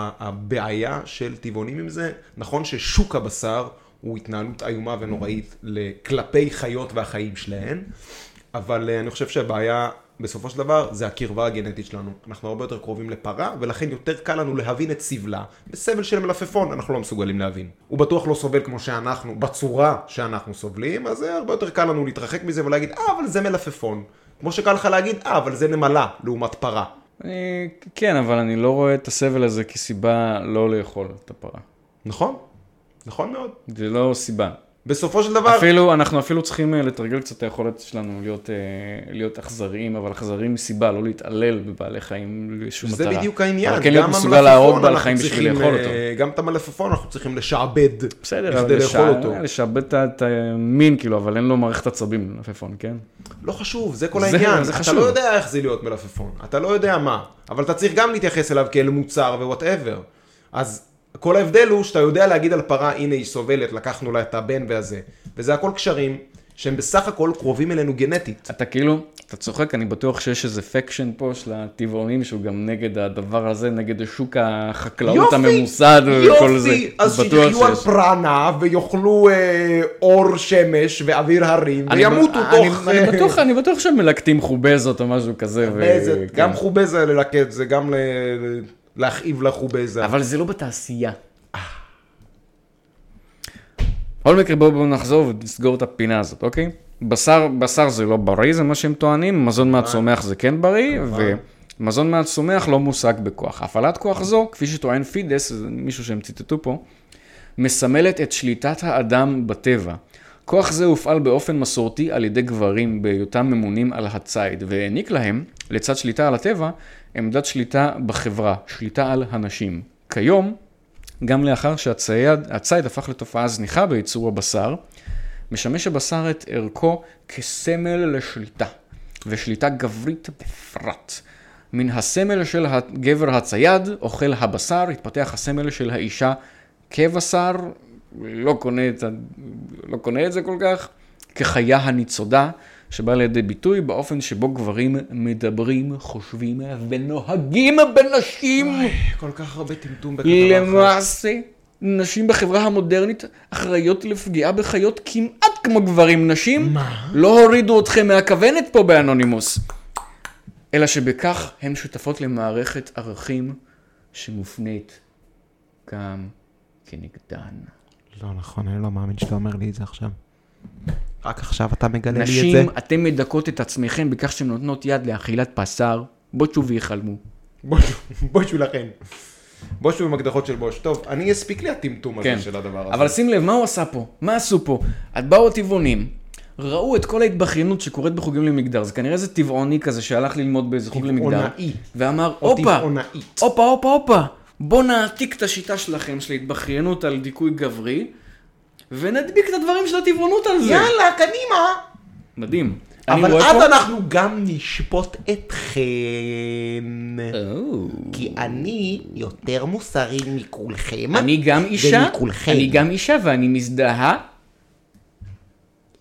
Speaker 1: הבעיה של טבעונים עם זה, נכון ששוק הבשר הוא התנהלות איומה ונוראית כלפי חיות והחיים שלהן, אבל uh, אני חושב שהבעיה בסופו של דבר זה הקרבה הגנטית שלנו. אנחנו הרבה יותר קרובים לפרה, ולכן יותר קל לנו להבין את סבלה. בסבל של מלפפון אנחנו לא מסוגלים להבין. הוא בטוח לא סובל כמו שאנחנו, בצורה שאנחנו סובלים, אז זה הרבה יותר קל לנו להתרחק מזה ולהגיד, אה, אבל זה מלפפון. כמו שקל לך להגיד, אה, אבל זה נמלה, לעומת פרה.
Speaker 2: אני, כן, אבל אני לא רואה את הסבל הזה כסיבה לא לאכול את הפרה.
Speaker 1: נכון, נכון מאוד.
Speaker 2: זה לא סיבה.
Speaker 1: בסופו של דבר...
Speaker 2: אפילו, אנחנו אפילו צריכים לתרגל קצת את היכולת שלנו להיות, להיות אכזריים, אבל אכזריים מסיבה, לא להתעלל בבעלי חיים לשום מטרה.
Speaker 1: זה בדיוק העניין.
Speaker 2: אבל כן להיות מסוגל להרוג בעלי חיים בשביל לאכול אותו.
Speaker 1: גם את המלפפון אנחנו צריכים לשעבד.
Speaker 2: בסדר, כדי לאכול אותו. לשעבד את המין, כאילו, אבל אין לו מערכת עצבים מלפפון, כן?
Speaker 1: לא חשוב, זה כל העניין. אתה לא יודע איך זה להיות מלפפון. אתה לא יודע מה. אבל אתה צריך גם להתייחס אליו כאל מוצר ו-whatever. אז... כל ההבדל הוא שאתה יודע להגיד על פרה, הנה היא סובלת, לקחנו לה את הבן והזה. וזה הכל קשרים שהם בסך הכל קרובים אלינו גנטית.
Speaker 2: אתה כאילו, אתה צוחק, אני בטוח שיש איזה פקשן פה של הטבעונים שהוא גם נגד הדבר הזה, נגד השוק החקלאות יופי, הממוסד וכל זה.
Speaker 1: יופי, אז שיחיו על פרנה ויאכלו אה, אור שמש ואוויר הרים וימותו
Speaker 2: אני,
Speaker 1: תוך...
Speaker 2: אני, אני, בטוח, אני בטוח שהם מלקטים חובזות או משהו כזה.
Speaker 1: חובזת, ו... גם כן. חובזה ללקט, זה גם ל... להכאיב לחובזה.
Speaker 2: אבל זה לא בתעשייה. בכל מקרה בואו נחזור ונסגור את הפינה הזאת, אוקיי? בשר, בשר זה לא בריא, זה מה שהם טוענים, מזון מהצומח זה כן בריא, ומזון מהצומח לא מושג בכוח. הפעלת כוח זו, כפי שטוען פידס, זה מישהו שהם ציטטו פה, מסמלת את שליטת האדם בטבע. כוח זה הופעל באופן מסורתי על ידי גברים בהיותם ממונים על הציד, והעניק להם, לצד שליטה על הטבע, עמדת שליטה בחברה, שליטה על הנשים. כיום, גם לאחר שהציד הציד הפך לתופעה זניחה בייצור הבשר, משמש הבשר את ערכו כסמל לשליטה, ושליטה גברית בפרט. מן הסמל של הגבר הצייד, אוכל הבשר, התפתח הסמל של האישה כבשר, לא קונה את, לא קונה את זה כל כך, כחיה הניצודה, שבא לידי ביטוי באופן שבו גברים מדברים, חושבים ונוהגים בנשים.
Speaker 1: אוי, כל כך הרבה טמטום בכתבה אחת.
Speaker 2: למעשה, נשים בחברה המודרנית אחראיות לפגיעה בחיות כמעט כמו גברים. נשים מה? לא הורידו אתכם מהכוונת פה באנונימוס. אלא שבכך הן שותפות למערכת ערכים שמופנית גם כנגדן.
Speaker 1: לא נכון, אני לא מאמין שאתה אומר לי את זה עכשיו. רק עכשיו אתה מגלה לי את זה.
Speaker 2: נשים, אתם מדכאות את עצמכם בכך שהן נותנות יד לאכילת בשר. בושו ויחלמו.
Speaker 1: בושו לכן. בושו במקדחות של בוש. טוב, אני אספיק לי הטמטום הזה של הדבר הזה.
Speaker 2: אבל שים לב, מה הוא עשה פה? מה עשו פה? את באו הטבעונים, ראו את כל ההתבכיינות שקורית בחוגים למגדר. זה כנראה זה טבעוני כזה שהלך ללמוד באיזה חוג למגדר. ואמר, הופה, הופה, הופה, הופה. בוא נעתיק את השיטה שלכם של ההתבכיינות על דיכוי גברי, ונדביק את הדברים של הטבעונות על זה.
Speaker 1: יאללה, קדימה.
Speaker 2: מדהים.
Speaker 1: אבל אז פה... אנחנו גם נשפוט אתכם.
Speaker 2: Oh.
Speaker 4: כי אני יותר מוסרי מכולכם.
Speaker 2: אני גם אישה. ומכולכם. אני גם אישה ואני מזדהה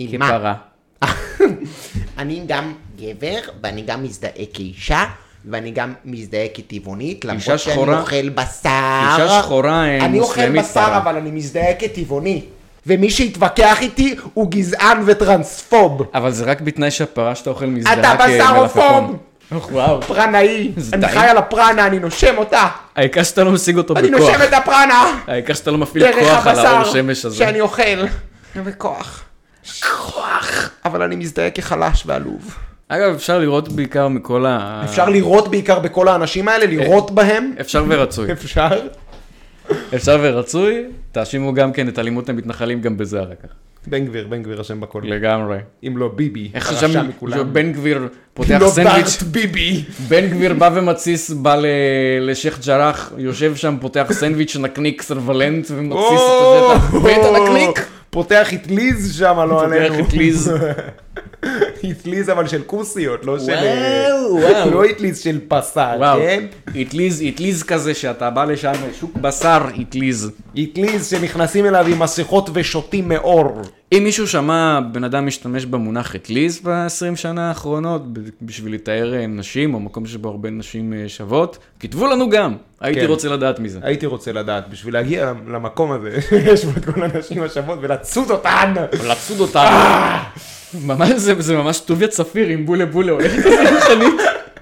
Speaker 4: עם מה?
Speaker 2: כפרה.
Speaker 4: אני גם גבר, ואני גם מזדהה כאישה, ואני גם מזדהה כטבעונית, למרות שאני
Speaker 2: שחורה-
Speaker 4: אוכל בשר.
Speaker 2: אישה שחורה אה,
Speaker 1: אני אוכל
Speaker 2: מוסלמית
Speaker 1: בשר,
Speaker 2: פרה.
Speaker 1: אבל אני מזדהה כטבעוני. ומי שיתווכח איתי הוא גזען וטרנספוב.
Speaker 2: אבל זה רק בתנאי שהפרה שאתה אוכל מזדהה
Speaker 1: אתה בשרופוב!
Speaker 2: וואו.
Speaker 1: פרנאי.
Speaker 2: זה
Speaker 1: אני
Speaker 2: טעים.
Speaker 1: חי על הפרנה, אני נושם אותה.
Speaker 2: העיקר שאתה לא משיג אותו
Speaker 1: אני
Speaker 2: בכוח.
Speaker 1: נושם את הפרנה.
Speaker 2: העיקר שאתה לא מפעיל
Speaker 1: דרך
Speaker 2: כוח על האור
Speaker 1: הבשר
Speaker 2: שמש הזה.
Speaker 1: שאני אוכל. בכוח. כוח. אבל אני מזדהה כחלש ועלוב.
Speaker 2: אגב, אפשר לראות בעיקר מכל ה...
Speaker 1: אפשר לראות בעיקר בכל האנשים האלה, לראות בהם.
Speaker 2: אפשר ורצוי.
Speaker 1: אפשר.
Speaker 2: אפשר ורצוי, תאשימו גם כן את אלימות המתנחלים גם בזה אחר כך.
Speaker 1: בן גביר, בן גביר אשם בכל.
Speaker 2: לגמרי.
Speaker 1: אם לא ביבי,
Speaker 2: איך
Speaker 1: הרשע
Speaker 2: שם
Speaker 1: מכולם.
Speaker 2: בן גביר פותח
Speaker 1: לא
Speaker 2: סנדוויץ',
Speaker 1: דארט ביבי.
Speaker 2: בן גביר בא ומתסיס, בא ל- לשייח ג'ראח, יושב שם, פותח סנדוויץ' נקניק סרבלנט ומתסיס את השטח, ואת הנקניק.
Speaker 1: פותח איטליז שם, לא עלינו.
Speaker 2: פותח אטליז.
Speaker 1: איטליז אבל של כוסיות, לא של...
Speaker 2: וואו, וואו.
Speaker 1: לא איטליז של בשר,
Speaker 2: וואו,
Speaker 1: כן?
Speaker 2: איטליז, איטליז כזה שאתה בא לשם, שוק בשר, איטליז.
Speaker 1: איטליז שנכנסים אליו עם מסכות ושותים מאור.
Speaker 2: אם מישהו שמע בן אדם משתמש במונח אטליז ב-עשרים שנה האחרונות, ב- בשביל לתאר אה, נשים, או מקום שבו הרבה נשים אה, שוות, כתבו לנו גם, הייתי
Speaker 1: כן.
Speaker 2: רוצה לדעת מזה.
Speaker 1: הייתי רוצה לדעת, בשביל להגיע למקום הזה, יש בו את כל הנשים השוות ולצוד אותן.
Speaker 2: לצוד אותנו. ממש, זה, זה ממש טוביה צפיר עם בולה בולה, הולכת כזה חנית.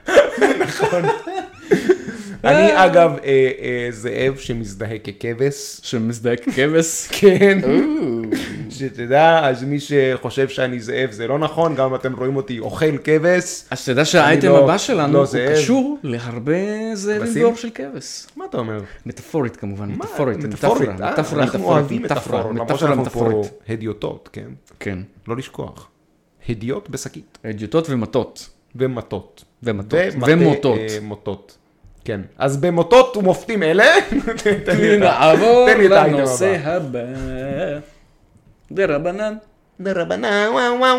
Speaker 1: אני אגב אה, אה, זאב שמזדהה ככבש.
Speaker 2: שמזדהה ככבש.
Speaker 1: כן. שתדע, אז מי שחושב שאני זאב זה לא נכון, גם אם אתם רואים אותי אוכל כבש.
Speaker 2: אז תדע שהאייטם
Speaker 1: לא-
Speaker 2: הבא שלנו
Speaker 1: לא
Speaker 2: הוא
Speaker 1: זאב.
Speaker 2: קשור להרבה זאבים
Speaker 1: כבשים?
Speaker 2: באור של כבש.
Speaker 1: מה אתה אומר?
Speaker 2: מטאפורית כמובן,
Speaker 1: מה?
Speaker 2: מטאפורית,
Speaker 1: מטאפורית,
Speaker 2: מטאפורה,
Speaker 1: אה?
Speaker 2: מטאפורה,
Speaker 1: אנחנו
Speaker 2: מטאפורית,
Speaker 1: אוהבים
Speaker 2: מטאפורה,
Speaker 1: מטאפורות, למרות
Speaker 2: מטאפורה,
Speaker 1: שאנחנו פה
Speaker 2: מטאפורית.
Speaker 1: הדיוטות, כן?
Speaker 2: כן,
Speaker 1: לא לשכוח. הדיוט בשקית.
Speaker 2: אדיוטות ומטות.
Speaker 1: ומטות.
Speaker 2: ומטות.
Speaker 1: ומטה,
Speaker 2: ומוטות.
Speaker 1: אה, מוטות. כן. אז במוטות ומופתים אלה, תן לי את ה-
Speaker 2: נעבור
Speaker 1: תן לי את האייטם
Speaker 2: לנושא
Speaker 1: הבא.
Speaker 2: הבא. דרבנן.
Speaker 4: דרבנה, וואו וואו.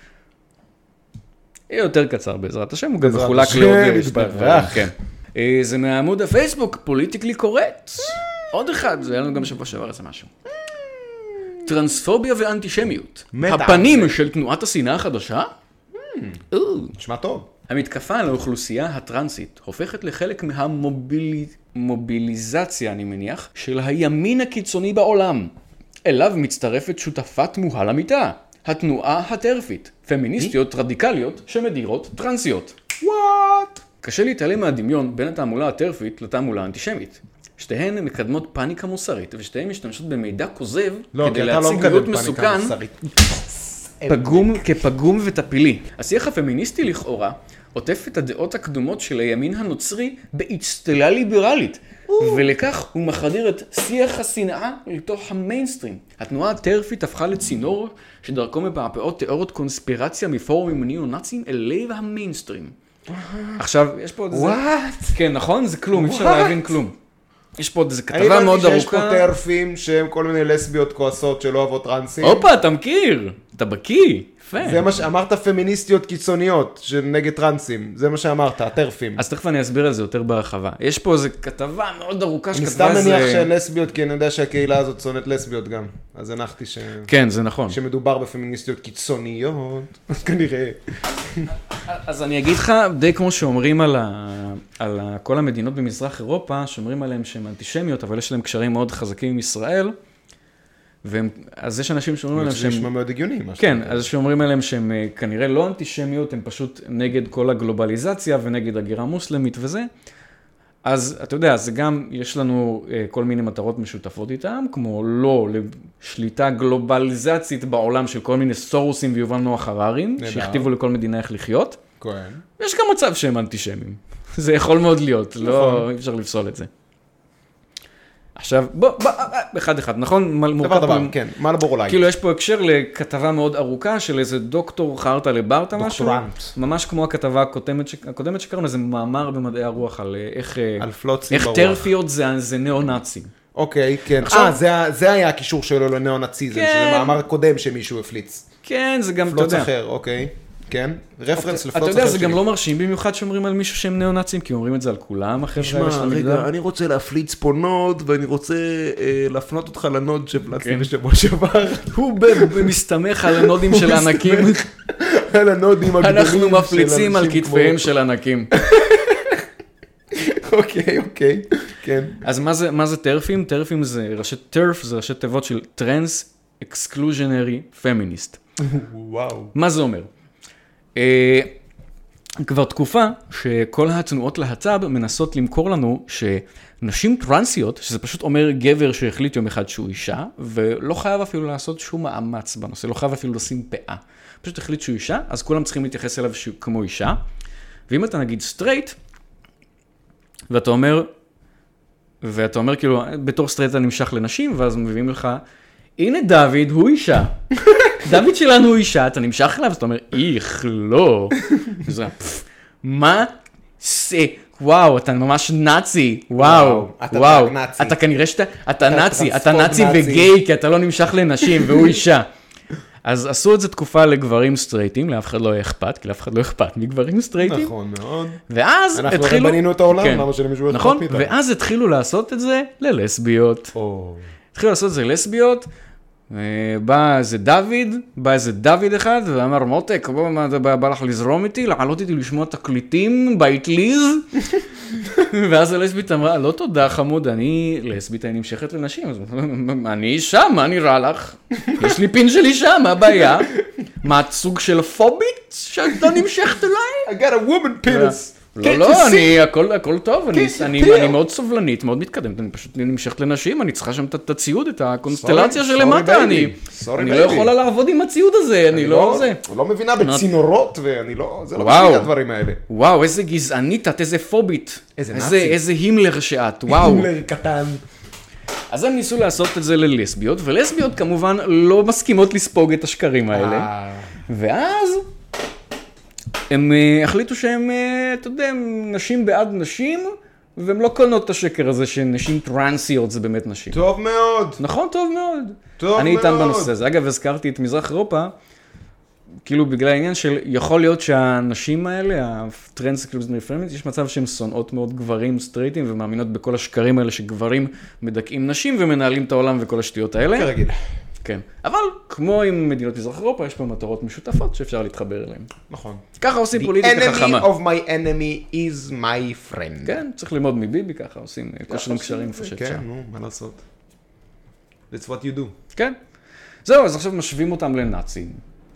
Speaker 2: יהיה יותר קצר בעזרת השם, הוא גם
Speaker 1: בעזרת
Speaker 2: מחולק
Speaker 1: השם,
Speaker 2: לעוד שתי
Speaker 1: יתברך.
Speaker 2: דברים, כן. אה, זה מעמוד הפייסבוק, פוליטיקלי קורקט. עוד אחד, זה היה לנו גם שבוע שעבר איזה משהו. טרנספוביה ואנטישמיות.
Speaker 1: מתה על
Speaker 2: הפנים של תנועת השנאה החדשה? או.
Speaker 1: נשמע טוב.
Speaker 2: המתקפה על האוכלוסייה הטרנסית הופכת לחלק מהמוביליזציה, אני מניח, של הימין הקיצוני בעולם. אליו מצטרפת שותפה תמוהה למיטה, התנועה הטרפית, פמיניסטיות רדיקליות שמדירות טרנסיות.
Speaker 1: וואט?
Speaker 2: קשה להתעלם מהדמיון בין התעמולה הטרפית לתעמולה האנטישמית. שתיהן מקדמות פאניקה מוסרית, ושתיהן משתמשות במידע כוזב
Speaker 1: לא,
Speaker 2: כדי
Speaker 1: כי אתה לא
Speaker 2: להציג
Speaker 1: מקדם
Speaker 2: להיות
Speaker 1: פאניקה
Speaker 2: מסוכן
Speaker 1: מוסרית.
Speaker 2: פגום כפגום וטפילי. השיח הפמיניסטי לכאורה עוטף את הדעות הקדומות של הימין הנוצרי באצטלה ליברלית, ולכך הוא מחדיר את שיח השנאה לתוך המיינסטרים. התנועה הטרפית הפכה לצינור שדרכו מפעפעות תיאוריות קונספירציה מפורומים ניאו-נאצים אל לב המיינסטרים. עכשיו, יש פה עוד איזה...
Speaker 1: וואט?
Speaker 2: כן, נכון? זה כלום, אי אפשר
Speaker 1: What?
Speaker 2: להבין כלום. יש פה עוד איזה
Speaker 1: אני
Speaker 2: כתבה מאוד
Speaker 1: הבנתי שיש פה
Speaker 2: ארוכה.
Speaker 1: טרפים שהם כל מיני לסביות כועסות שלא אוהבות טרנסים.
Speaker 2: הופה, אתה מכיר! אתה בקיא! יפה.
Speaker 1: זה מה שאמרת, פמיניסטיות קיצוניות שנגד טרנסים, זה מה שאמרת, הטרפים.
Speaker 2: אז תכף אני אסביר על זה יותר בהרחבה. יש פה איזו כתבה מאוד ארוכה
Speaker 1: אני
Speaker 2: שכתבה
Speaker 1: סתם
Speaker 2: איזה...
Speaker 1: מניח שהן לסביות, כי אני יודע שהקהילה הזאת שונאת לסביות גם. אז הנחתי ש...
Speaker 2: כן, זה נכון.
Speaker 1: שמדובר בפמיניסטיות קיצוניות, אז כנראה.
Speaker 2: אז אני אגיד לך, די כמו שאומרים על, ה... על ה... כל המדינות במזרח אירופה, שאומרים עליהן שהן אנטישמיות, אבל יש להם קשרים מאוד חזקים עם ישראל, והם... אז יש אנשים שאומרים עליהם
Speaker 1: זה
Speaker 2: שהם...
Speaker 1: נשמע מאוד הגיוני. מה
Speaker 2: כן,
Speaker 1: שאתה אומר.
Speaker 2: אז שאומרים עליהם שהם אה, כנראה לא אנטישמיות, הם פשוט נגד כל הגלובליזציה ונגד הגירה מוסלמית וזה. אז אתה יודע, זה גם, יש לנו אה, כל מיני מטרות משותפות איתם, כמו לא לשליטה גלובליזצית בעולם של כל מיני סורוסים ויובל נוח הררים,
Speaker 1: נהדר.
Speaker 2: שהכתיבו לכל מדינה איך לחיות.
Speaker 1: כהן.
Speaker 2: יש גם מצב שהם אנטישמים. זה יכול מאוד להיות, לא, אי אפשר לפסול את זה. עכשיו, בוא, בוא, אחד אחד, נכון? מורכב
Speaker 1: דבר
Speaker 2: פה-
Speaker 1: דבר, כן, מלבור אולי.
Speaker 2: כאילו יש פה הקשר לכתבה מאוד ארוכה של איזה דוקטור חרטה לברטה משהו.
Speaker 1: דוקטורנט.
Speaker 2: ממש כמו הכתבה הקודמת, ש... הקודמת שקראנו, איזה מאמר במדעי הרוח על אה, איך, אה,
Speaker 1: על פלוצים
Speaker 2: איך
Speaker 1: ברוח.
Speaker 2: טרפיות זה, זה ניאו-נאצים.
Speaker 1: אוקיי, כן.
Speaker 2: עכשיו-
Speaker 1: אה, זה ה- זה היה הקישור שלו לניאו-נאציזם,
Speaker 2: כן.
Speaker 1: שזה מאמר קודם שמישהו הפליץ.
Speaker 2: כן, זה גם, אתה
Speaker 1: פלוץ
Speaker 2: יודע.
Speaker 1: אחר, אוקיי. כן? רפרנס לפלוץ
Speaker 2: אתה
Speaker 1: אחר
Speaker 2: יודע, זה
Speaker 1: שלי.
Speaker 2: גם לא מרשים, במיוחד שאומרים על מישהו שהם ניאו-נאצים, כי אומרים את זה על כולם, החבר'ה האלה של
Speaker 1: שמע,
Speaker 2: המגדר.
Speaker 1: רגע, אני רוצה להפליץ פה נוד, ואני רוצה אה, להפנות אותך לנוד שהפלצתי
Speaker 2: כן.
Speaker 1: בשבוע שעבר.
Speaker 2: הוא ב- מסתמך על הנודים של הענקים.
Speaker 1: על הנודים הגדולים
Speaker 2: אנחנו
Speaker 1: של
Speaker 2: מפליצים על
Speaker 1: אנשים
Speaker 2: כתפיהם
Speaker 1: כמו-
Speaker 2: של ענקים.
Speaker 1: אוקיי, אוקיי, כן.
Speaker 2: אז מה זה, מה זה טרפים? טרפים זה ראשי, טרף זה ראשי תיבות של טרנס אקסקלוז'נרי פמיניסט.
Speaker 1: וואו.
Speaker 2: מה זה אומר? אה, כבר תקופה שכל התנועות להט"ב מנסות למכור לנו שנשים טרנסיות, שזה פשוט אומר גבר שהחליט יום אחד שהוא אישה, ולא חייב אפילו לעשות שום מאמץ בנושא, לא חייב אפילו לשים פאה. פשוט החליט שהוא אישה, אז כולם צריכים להתייחס אליו כמו אישה. ואם אתה נגיד סטרייט, ואתה אומר, ואתה אומר כאילו, בתור סטרייט אתה נמשך לנשים, ואז מביאים לך, הנה דוד, הוא אישה. דוד שלנו הוא אישה, אתה נמשך אליו, אז אתה אומר, איך, לא. וזה, "פפ, מה זה? וואו, אתה ממש נאצי, וואו,
Speaker 1: וואו, אתה
Speaker 2: וואו.
Speaker 1: נאצי.
Speaker 2: אתה כנראה שאתה, אתה
Speaker 1: אתה
Speaker 2: נאצי, אתה
Speaker 1: טרנספורט
Speaker 2: נאצי
Speaker 1: נאצי.
Speaker 2: וגיי, כי אתה לא נמשך לנשים, והוא אישה. אז עשו את זה תקופה לגברים סטרייטים, לאף אחד לא היה אכפת, כי לאף אחד לא אכפת מגברים סטרייטים.
Speaker 1: נכון מאוד.
Speaker 2: ואז
Speaker 1: אנחנו הרי
Speaker 2: התחילו...
Speaker 1: בנינו את העולם,
Speaker 2: כן.
Speaker 1: למה שלמישהו אכפת
Speaker 2: נכון,
Speaker 1: מאיתנו?
Speaker 2: ואז התחילו לעשות את זה ללסביות.
Speaker 1: או...
Speaker 2: התחילו לעשות את זה לסביות, בא איזה דוד, בא איזה דוד אחד, ואמר, מותק, בוא, מה, בא, בא לך לזרום איתי, לעלות איתי לשמוע תקליטים, באטליז. ואז הלסבית אמרה, לא תודה חמוד, אני לסבית, אני נמשכת לנשים, אז אני אישה, מה נראה לך? יש לי פין של אישה, מה הבעיה? מה, את סוג של פובית שאתה נמשכת אליי?
Speaker 1: I got a woman penis.
Speaker 2: לא, לא, אני, הכל, הכל טוב, אני, אני, אני מאוד סובלנית, מאוד מתקדמת, אני פשוט נמשכת לנשים, אני צריכה שם את הציוד, את הקונסטלציה
Speaker 1: Sorry,
Speaker 2: שלמטה,
Speaker 1: sorry,
Speaker 2: אני,
Speaker 1: baby. Sorry,
Speaker 2: אני לא
Speaker 1: baby.
Speaker 2: יכולה לעבוד עם הציוד הזה, אני לא זה.
Speaker 1: לא מבינה בצינורות, ואני לא... זה לא
Speaker 2: וואו.
Speaker 1: בשביל הדברים האלה.
Speaker 2: וואו, איזה גזענית את, איזה פובית.
Speaker 1: איזה
Speaker 2: איזה,
Speaker 1: נאצי.
Speaker 2: איזה הימלר שאת, וואו.
Speaker 1: הימלר קטן.
Speaker 2: אז הם ניסו לעשות את זה ללסביות, ולסביות כמובן לא מסכימות לספוג את השקרים האלה.
Speaker 1: אה,
Speaker 2: ואז הם uh, החליטו שהם, uh, אתה יודע, הם נשים בעד נשים, והם לא קונות את השקר הזה שנשים טרנסיות זה באמת נשים.
Speaker 1: טוב מאוד.
Speaker 2: נכון, טוב מאוד.
Speaker 1: טוב
Speaker 2: אני איתם
Speaker 1: מאוד.
Speaker 2: בנושא הזה. אגב, הזכרתי את מזרח אירופה, כאילו בגלל העניין של, יכול להיות שהנשים האלה, הטרנס אקסקלוז'נרי פמיניסט, יש מצב שהן שונאות מאוד גברים סטרייטים, ומאמינות בכל השקרים האלה שגברים מדכאים נשים, ומנהלים את העולם וכל השטויות האלה.
Speaker 1: כרגיל.
Speaker 2: כן. אבל כמו עם מדינות מזרח אירופה, יש פה מטרות משותפות שאפשר להתחבר אליהן.
Speaker 1: נכון.
Speaker 2: ככה עושים
Speaker 1: The
Speaker 2: פוליטיקה
Speaker 1: enemy
Speaker 2: חכמה.
Speaker 1: of my enemy is my friend.
Speaker 2: כן, צריך ללמוד מביבי, ככה עושים קושרים קשרים איפה שאפשר.
Speaker 1: כן, נו, מה לעשות? That's what you do.
Speaker 2: כן. זהו, אז עכשיו משווים אותם לנאצים.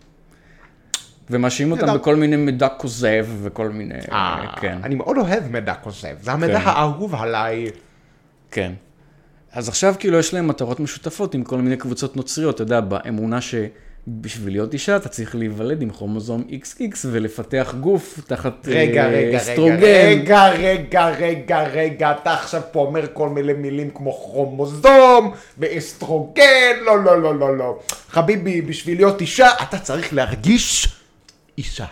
Speaker 2: ומשווים אותם
Speaker 1: נהדר.
Speaker 2: בכל מיני מידע כוזב וכל מיני...
Speaker 1: אה,
Speaker 2: כן.
Speaker 1: אני מאוד אוהב מידע כוזב. זה המידע
Speaker 2: כן.
Speaker 1: האהוב עליי.
Speaker 2: כן. אז עכשיו כאילו יש להם מטרות משותפות עם כל מיני קבוצות נוצריות, אתה יודע, באמונה שבשביל להיות אישה אתה צריך להיוולד עם כרומוזום איקס איקס ולפתח גוף תחת
Speaker 1: רגע,
Speaker 2: אה,
Speaker 1: רגע,
Speaker 2: אסטרוגן.
Speaker 1: רגע, רגע, רגע, רגע, אתה עכשיו פה אומר כל מיני מילים כמו כרומוזום ואסטרוגן, לא, לא, לא, לא, לא. חביבי, בשביל להיות אישה, אתה צריך להרגיש אישה.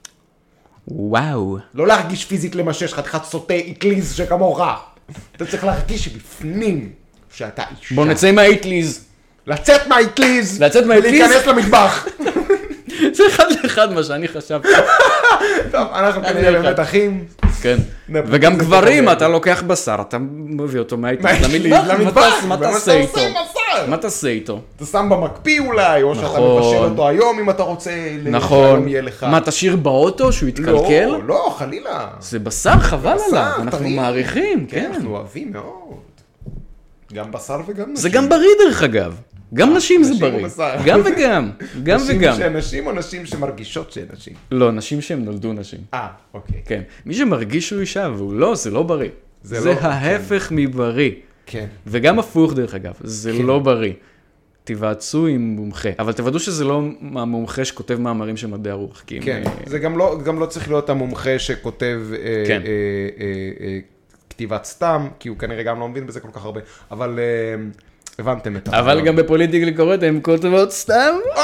Speaker 2: וואו.
Speaker 1: לא להרגיש פיזית למה שיש חתיכת סוטה אטליז שכמוך. אתה צריך להרגיש בפנים שאתה אישה.
Speaker 2: בוא נצא מהאיטליז.
Speaker 1: לצאת מהאטליז.
Speaker 2: לצאת מהאטליז?
Speaker 1: ולהיכנס למטבח.
Speaker 2: זה אחד לאחד מה שאני חשבתי.
Speaker 1: טוב, אנחנו
Speaker 2: אני
Speaker 1: כנראה
Speaker 2: אחד.
Speaker 1: באמת אחים.
Speaker 2: כן.
Speaker 1: נפ-
Speaker 2: וגם
Speaker 1: זה
Speaker 2: גברים,
Speaker 1: טוב.
Speaker 2: אתה לוקח בשר, אתה מביא אותו מהאיטליז
Speaker 1: מהאטליז
Speaker 2: למטבח,
Speaker 1: למטבח,
Speaker 2: מה
Speaker 1: ומה
Speaker 2: תעשה
Speaker 1: אתה
Speaker 2: איתו?
Speaker 1: עושה עם בשר?
Speaker 2: מה תעשה איתו?
Speaker 1: אתה שם במקפיא אולי, או שאתה
Speaker 2: נכון.
Speaker 1: מבשל אותו היום אם אתה רוצה, ל-
Speaker 2: נכון.
Speaker 1: שהיום יהיה לך.
Speaker 2: מה, תשאיר באוטו שהוא יתקלקל?
Speaker 1: לא, לא, חלילה.
Speaker 2: זה בשר, חבל
Speaker 1: בשר,
Speaker 2: עליו, אנחנו
Speaker 1: טרי.
Speaker 2: מעריכים,
Speaker 1: כן,
Speaker 2: כן.
Speaker 1: אנחנו אוהבים מאוד. גם בשר וגם נשים.
Speaker 2: זה גם בריא דרך אגב. גם נשים זה
Speaker 1: נשים
Speaker 2: בריא.
Speaker 1: ובשר.
Speaker 2: גם וגם. גם
Speaker 1: נשים
Speaker 2: וגם.
Speaker 1: שהן נשים או נשים שמרגישות שהן נשים?
Speaker 2: לא, נשים שהם נולדו נשים.
Speaker 1: אה, אוקיי.
Speaker 2: כן. מי שמרגיש שהוא אישה והוא לא, זה לא בריא.
Speaker 1: זה
Speaker 2: זה
Speaker 1: לא-
Speaker 2: ההפך מבריא.
Speaker 1: כן.
Speaker 2: וגם הפוך דרך אגב, זה
Speaker 1: כן.
Speaker 2: לא בריא. תיוועצו עם מומחה, אבל תוודאו שזה לא המומחה שכותב מאמרים של מדעי הרוח. כי אם,
Speaker 1: כן,
Speaker 2: אה,
Speaker 1: זה גם לא, גם לא צריך להיות המומחה שכותב אה,
Speaker 2: כן.
Speaker 1: אה, אה, אה, כתיבת סתם, כי הוא כנראה גם לא מבין בזה כל כך הרבה, אבל אה, הבנתם את
Speaker 2: אבל גם בפוליטיקלי קורט הם כותבות סתם.
Speaker 1: או,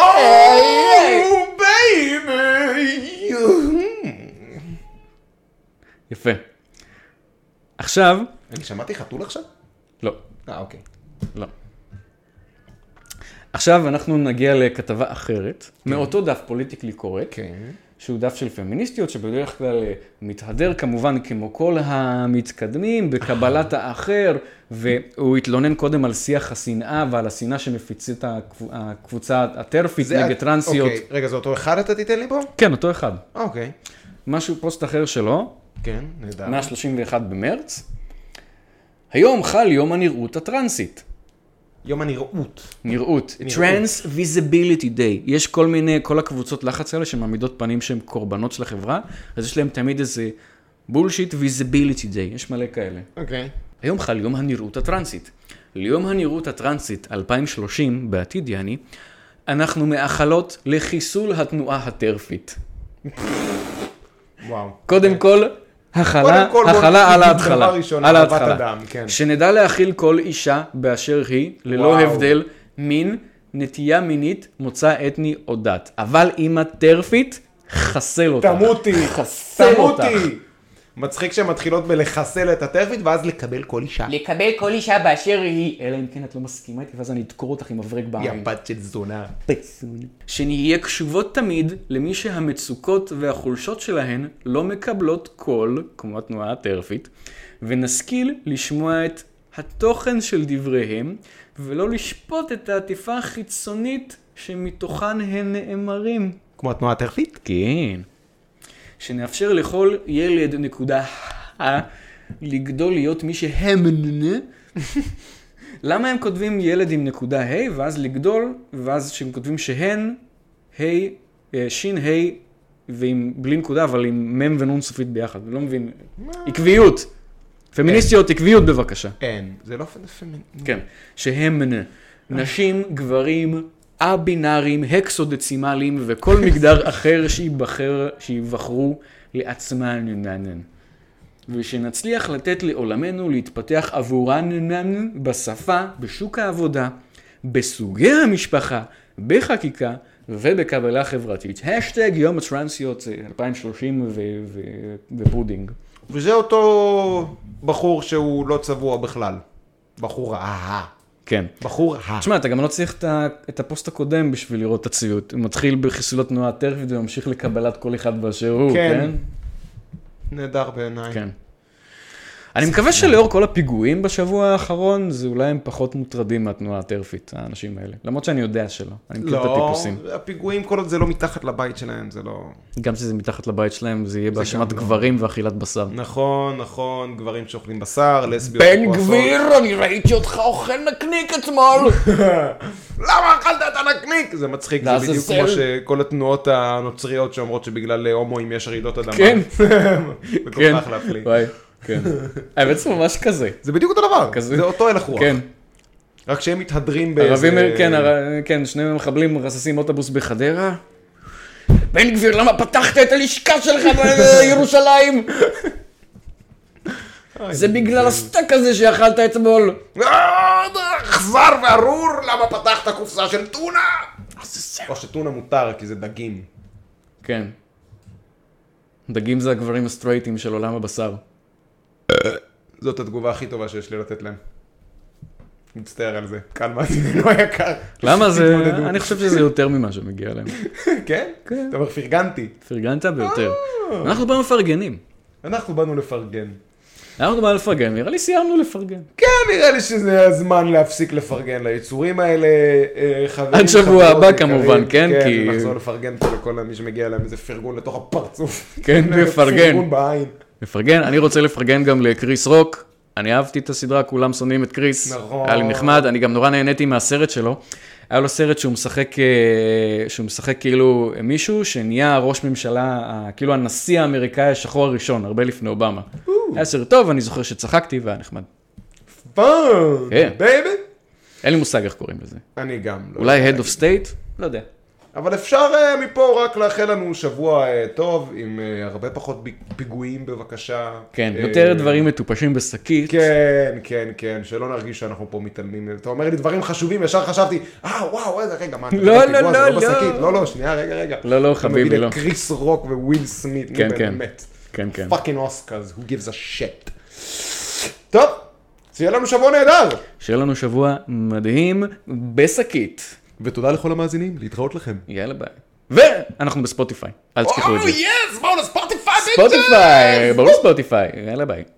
Speaker 1: בייבי!
Speaker 2: יפה. עכשיו,
Speaker 1: אני שמעתי חתול עכשיו?
Speaker 2: לא,
Speaker 1: אה, אוקיי.
Speaker 2: לא. עכשיו אנחנו נגיע לכתבה אחרת, מאותו דף פוליטיקלי קורט,
Speaker 1: כן.
Speaker 2: שהוא דף של פמיניסטיות, שבדרך כלל מתהדר כמובן כמו כל המתקדמים, בקבלת האחר, והוא התלונן קודם על שיח השנאה ועל השנאה שמפיצית הקבוצה הטרפית נגד טרנסיות.
Speaker 1: אוקיי, רגע, זה אותו אחד אתה תיתן לי בו?
Speaker 2: כן, אותו אחד.
Speaker 1: אוקיי.
Speaker 2: משהו, פוסט אחר שלו.
Speaker 1: כן, נהדר.
Speaker 2: מה שלושים ואחד במרץ. היום חל יום הנראות הטרנסית.
Speaker 1: יום הנראות.
Speaker 2: נראות. Trans Visibility Day. יש כל מיני, כל הקבוצות לחץ האלה שמעמידות פנים שהן קורבנות של החברה, אז יש להם תמיד איזה bullshit visibility day. יש מלא כאלה.
Speaker 1: אוקיי.
Speaker 2: היום חל יום הנראות הטרנסית. ליום הנראות הטרנסית אלפיים ושלושים, בעתיד יעני, אנחנו מאחלות לחיסול התנועה הטרפית.
Speaker 1: וואו.
Speaker 2: קודם כל, החלה, החלה על ההתחלה, על ההתחלה. שנדע להכיל כל אישה באשר היא, ללא הבדל מין, נטייה מינית, מוצא אתני או דת. אבל אם את טרפית, חסל אותך.
Speaker 1: תמותי,
Speaker 2: חסל אותך.
Speaker 1: מצחיק שהן מתחילות בלחסל את הטרפית, ואז לקבל כל אישה.
Speaker 4: לקבל כל אישה באשר היא.
Speaker 2: אלא אם כן את לא מסכימה איתי, ואז אני אדקור אותך עם מברק בעין.
Speaker 1: יא בת של זונה.
Speaker 2: שנהיה קשובות תמיד למי שהמצוקות והחולשות שלהן לא מקבלות קול, כמו התנועה הטרפית, ונשכיל לשמוע את התוכן של דבריהם, ולא לשפוט את העטיפה החיצונית שמתוכן הן נאמרים.
Speaker 1: כמו התנועה הטרפית?
Speaker 2: כן. שנאפשר לכל ילד נקודה לגדול להיות מי שהם. למה הם כותבים ילד עם נקודה ה' ואז לגדול, ואז שהם כותבים שהן, ה', שין ה' ועם בלי נקודה, אבל עם מם ונון סופית ביחד. אני לא מבין. עקביות. פמיניסטיות, עקביות בבקשה.
Speaker 1: אין. זה לא פמיניסטיות.
Speaker 2: כן. שהם נשים, גברים, א-בינאריים, הקסודצימליים וכל מגדר אחר שיבחר, שיבחרו לעצמן. ושנצליח לתת לעולמנו להתפתח עבורן בשפה, בשוק העבודה, בסוגי המשפחה, בחקיקה ובקבלה חברתית. השטג יום הטרנסיות אלפיים ושלושים ופודינג.
Speaker 1: וזה אותו בחור שהוא לא צבוע בכלל. בחור אהה.
Speaker 2: כן.
Speaker 1: בחור ה.
Speaker 2: תשמע, אתה גם לא צריך את הפוסט הקודם בשביל לראות את הציות. הוא מתחיל בחיסול התנועה הטרפית וממשיך לקבלת כל אחד באשר הוא, כן?
Speaker 1: נהדר בעיניי.
Speaker 2: כן. אני מקווה שלאור כל הפיגועים בשבוע האחרון, זה אולי הם פחות מוטרדים מהתנועה הטרפית, האנשים האלה. למרות שאני יודע שלא. אני מכיר את הטיפוסים.
Speaker 1: לא, הפיגועים כל עוד זה לא מתחת לבית שלהם, זה לא...
Speaker 2: גם שזה מתחת לבית שלהם, זה יהיה באשמת גברים ואכילת בשר.
Speaker 1: נכון, נכון, גברים שאוכלים בשר, לסביות.
Speaker 4: בן גביר, אני ראיתי אותך אוכל נקניק אתמול.
Speaker 1: למה אכלת את הנקניק? זה מצחיק, זה בדיוק כמו שכל התנועות הנוצריות שאומרות שבגלל הומואים יש רעידות אדמה.
Speaker 2: כן.
Speaker 1: זה כל כך להפליא.
Speaker 2: כן. האמת זה ממש כזה.
Speaker 1: זה בדיוק אותו דבר, זה אותו הלך רוח.
Speaker 2: כן.
Speaker 1: רק שהם מתהדרים באיזה...
Speaker 2: ערבים, כן, כן, שני מחבלים רססים אוטובוס בחדרה. בן גביר, למה פתחת את הלשכה שלך בירושלים? זה בגלל הסטק הזה שאכלת אתמול.
Speaker 1: אכזר וארור, למה פתחת קופסה של טונה? או שטונה מותר, כי זה דגים.
Speaker 2: כן. דגים זה הגברים הסטרייטים של עולם הבשר.
Speaker 1: זאת התגובה הכי טובה שיש לי לתת להם. מצטער על זה. קל מעצמנו היקר.
Speaker 2: למה זה? אני חושב שזה יותר ממה שמגיע להם.
Speaker 1: כן? כן. אתה אומר, פרגנתי.
Speaker 2: פרגנת ביותר. אנחנו באנו לפרגנים.
Speaker 1: אנחנו באנו לפרגן.
Speaker 2: אנחנו באנו לפרגן, נראה לי סיימנו לפרגן.
Speaker 1: כן, נראה לי שזה הזמן להפסיק לפרגן ליצורים האלה, חברים.
Speaker 2: עד שבוע הבא כמובן, כן?
Speaker 1: כן, נחזור לפרגן פה לכל מי שמגיע להם איזה פרגון לתוך הפרצוף.
Speaker 2: כן, לפרגן.
Speaker 1: פרגון בעין.
Speaker 2: לפרגן, אני רוצה לפרגן גם לקריס רוק. אני אהבתי את הסדרה, כולם שונאים את קריס.
Speaker 1: נכון.
Speaker 2: היה לי נחמד, אני גם נורא נהניתי מהסרט שלו. היה לו סרט שהוא משחק, שהוא משחק כאילו מישהו שנהיה ראש ממשלה, כאילו הנשיא האמריקאי השחור הראשון, הרבה לפני אובמה. היה סרט טוב, אני זוכר שצחקתי והיה נחמד.
Speaker 1: פאן, בייבי.
Speaker 2: אין לי מושג איך קוראים לזה.
Speaker 1: אני גם.
Speaker 2: אולי Head of State? לא יודע.
Speaker 1: אבל אפשר מפה רק לאחל לנו שבוע טוב, עם הרבה פחות פיגועים בבקשה.
Speaker 2: כן, יותר דברים מטופשים בשקית.
Speaker 1: כן, כן, כן, שלא נרגיש שאנחנו פה מתעלמים. אתה אומר לי דברים חשובים, ישר חשבתי, אה, וואו, איזה רגע, מה,
Speaker 2: לא, לא, לא, לא.
Speaker 1: לא, לא, שנייה, רגע, רגע.
Speaker 2: לא, לא, חביבי, לא.
Speaker 1: קריס רוק וויל סמית,
Speaker 2: כן, כן.
Speaker 1: באמת.
Speaker 2: כן, כן.
Speaker 1: פאקינג אוסקרס, who gives a shit. טוב, שיהיה לנו שבוע נהדר.
Speaker 2: שיהיה לנו שבוע מדהים בשקית.
Speaker 1: ותודה לכל המאזינים, להתראות לכם.
Speaker 2: יאללה ביי. ואנחנו בספוטיפיי, אל תשכחו את זה.
Speaker 1: יס, בואו לספוטיפיי,
Speaker 2: ספוטיפיי, ברור ספוטיפיי, יאללה ביי.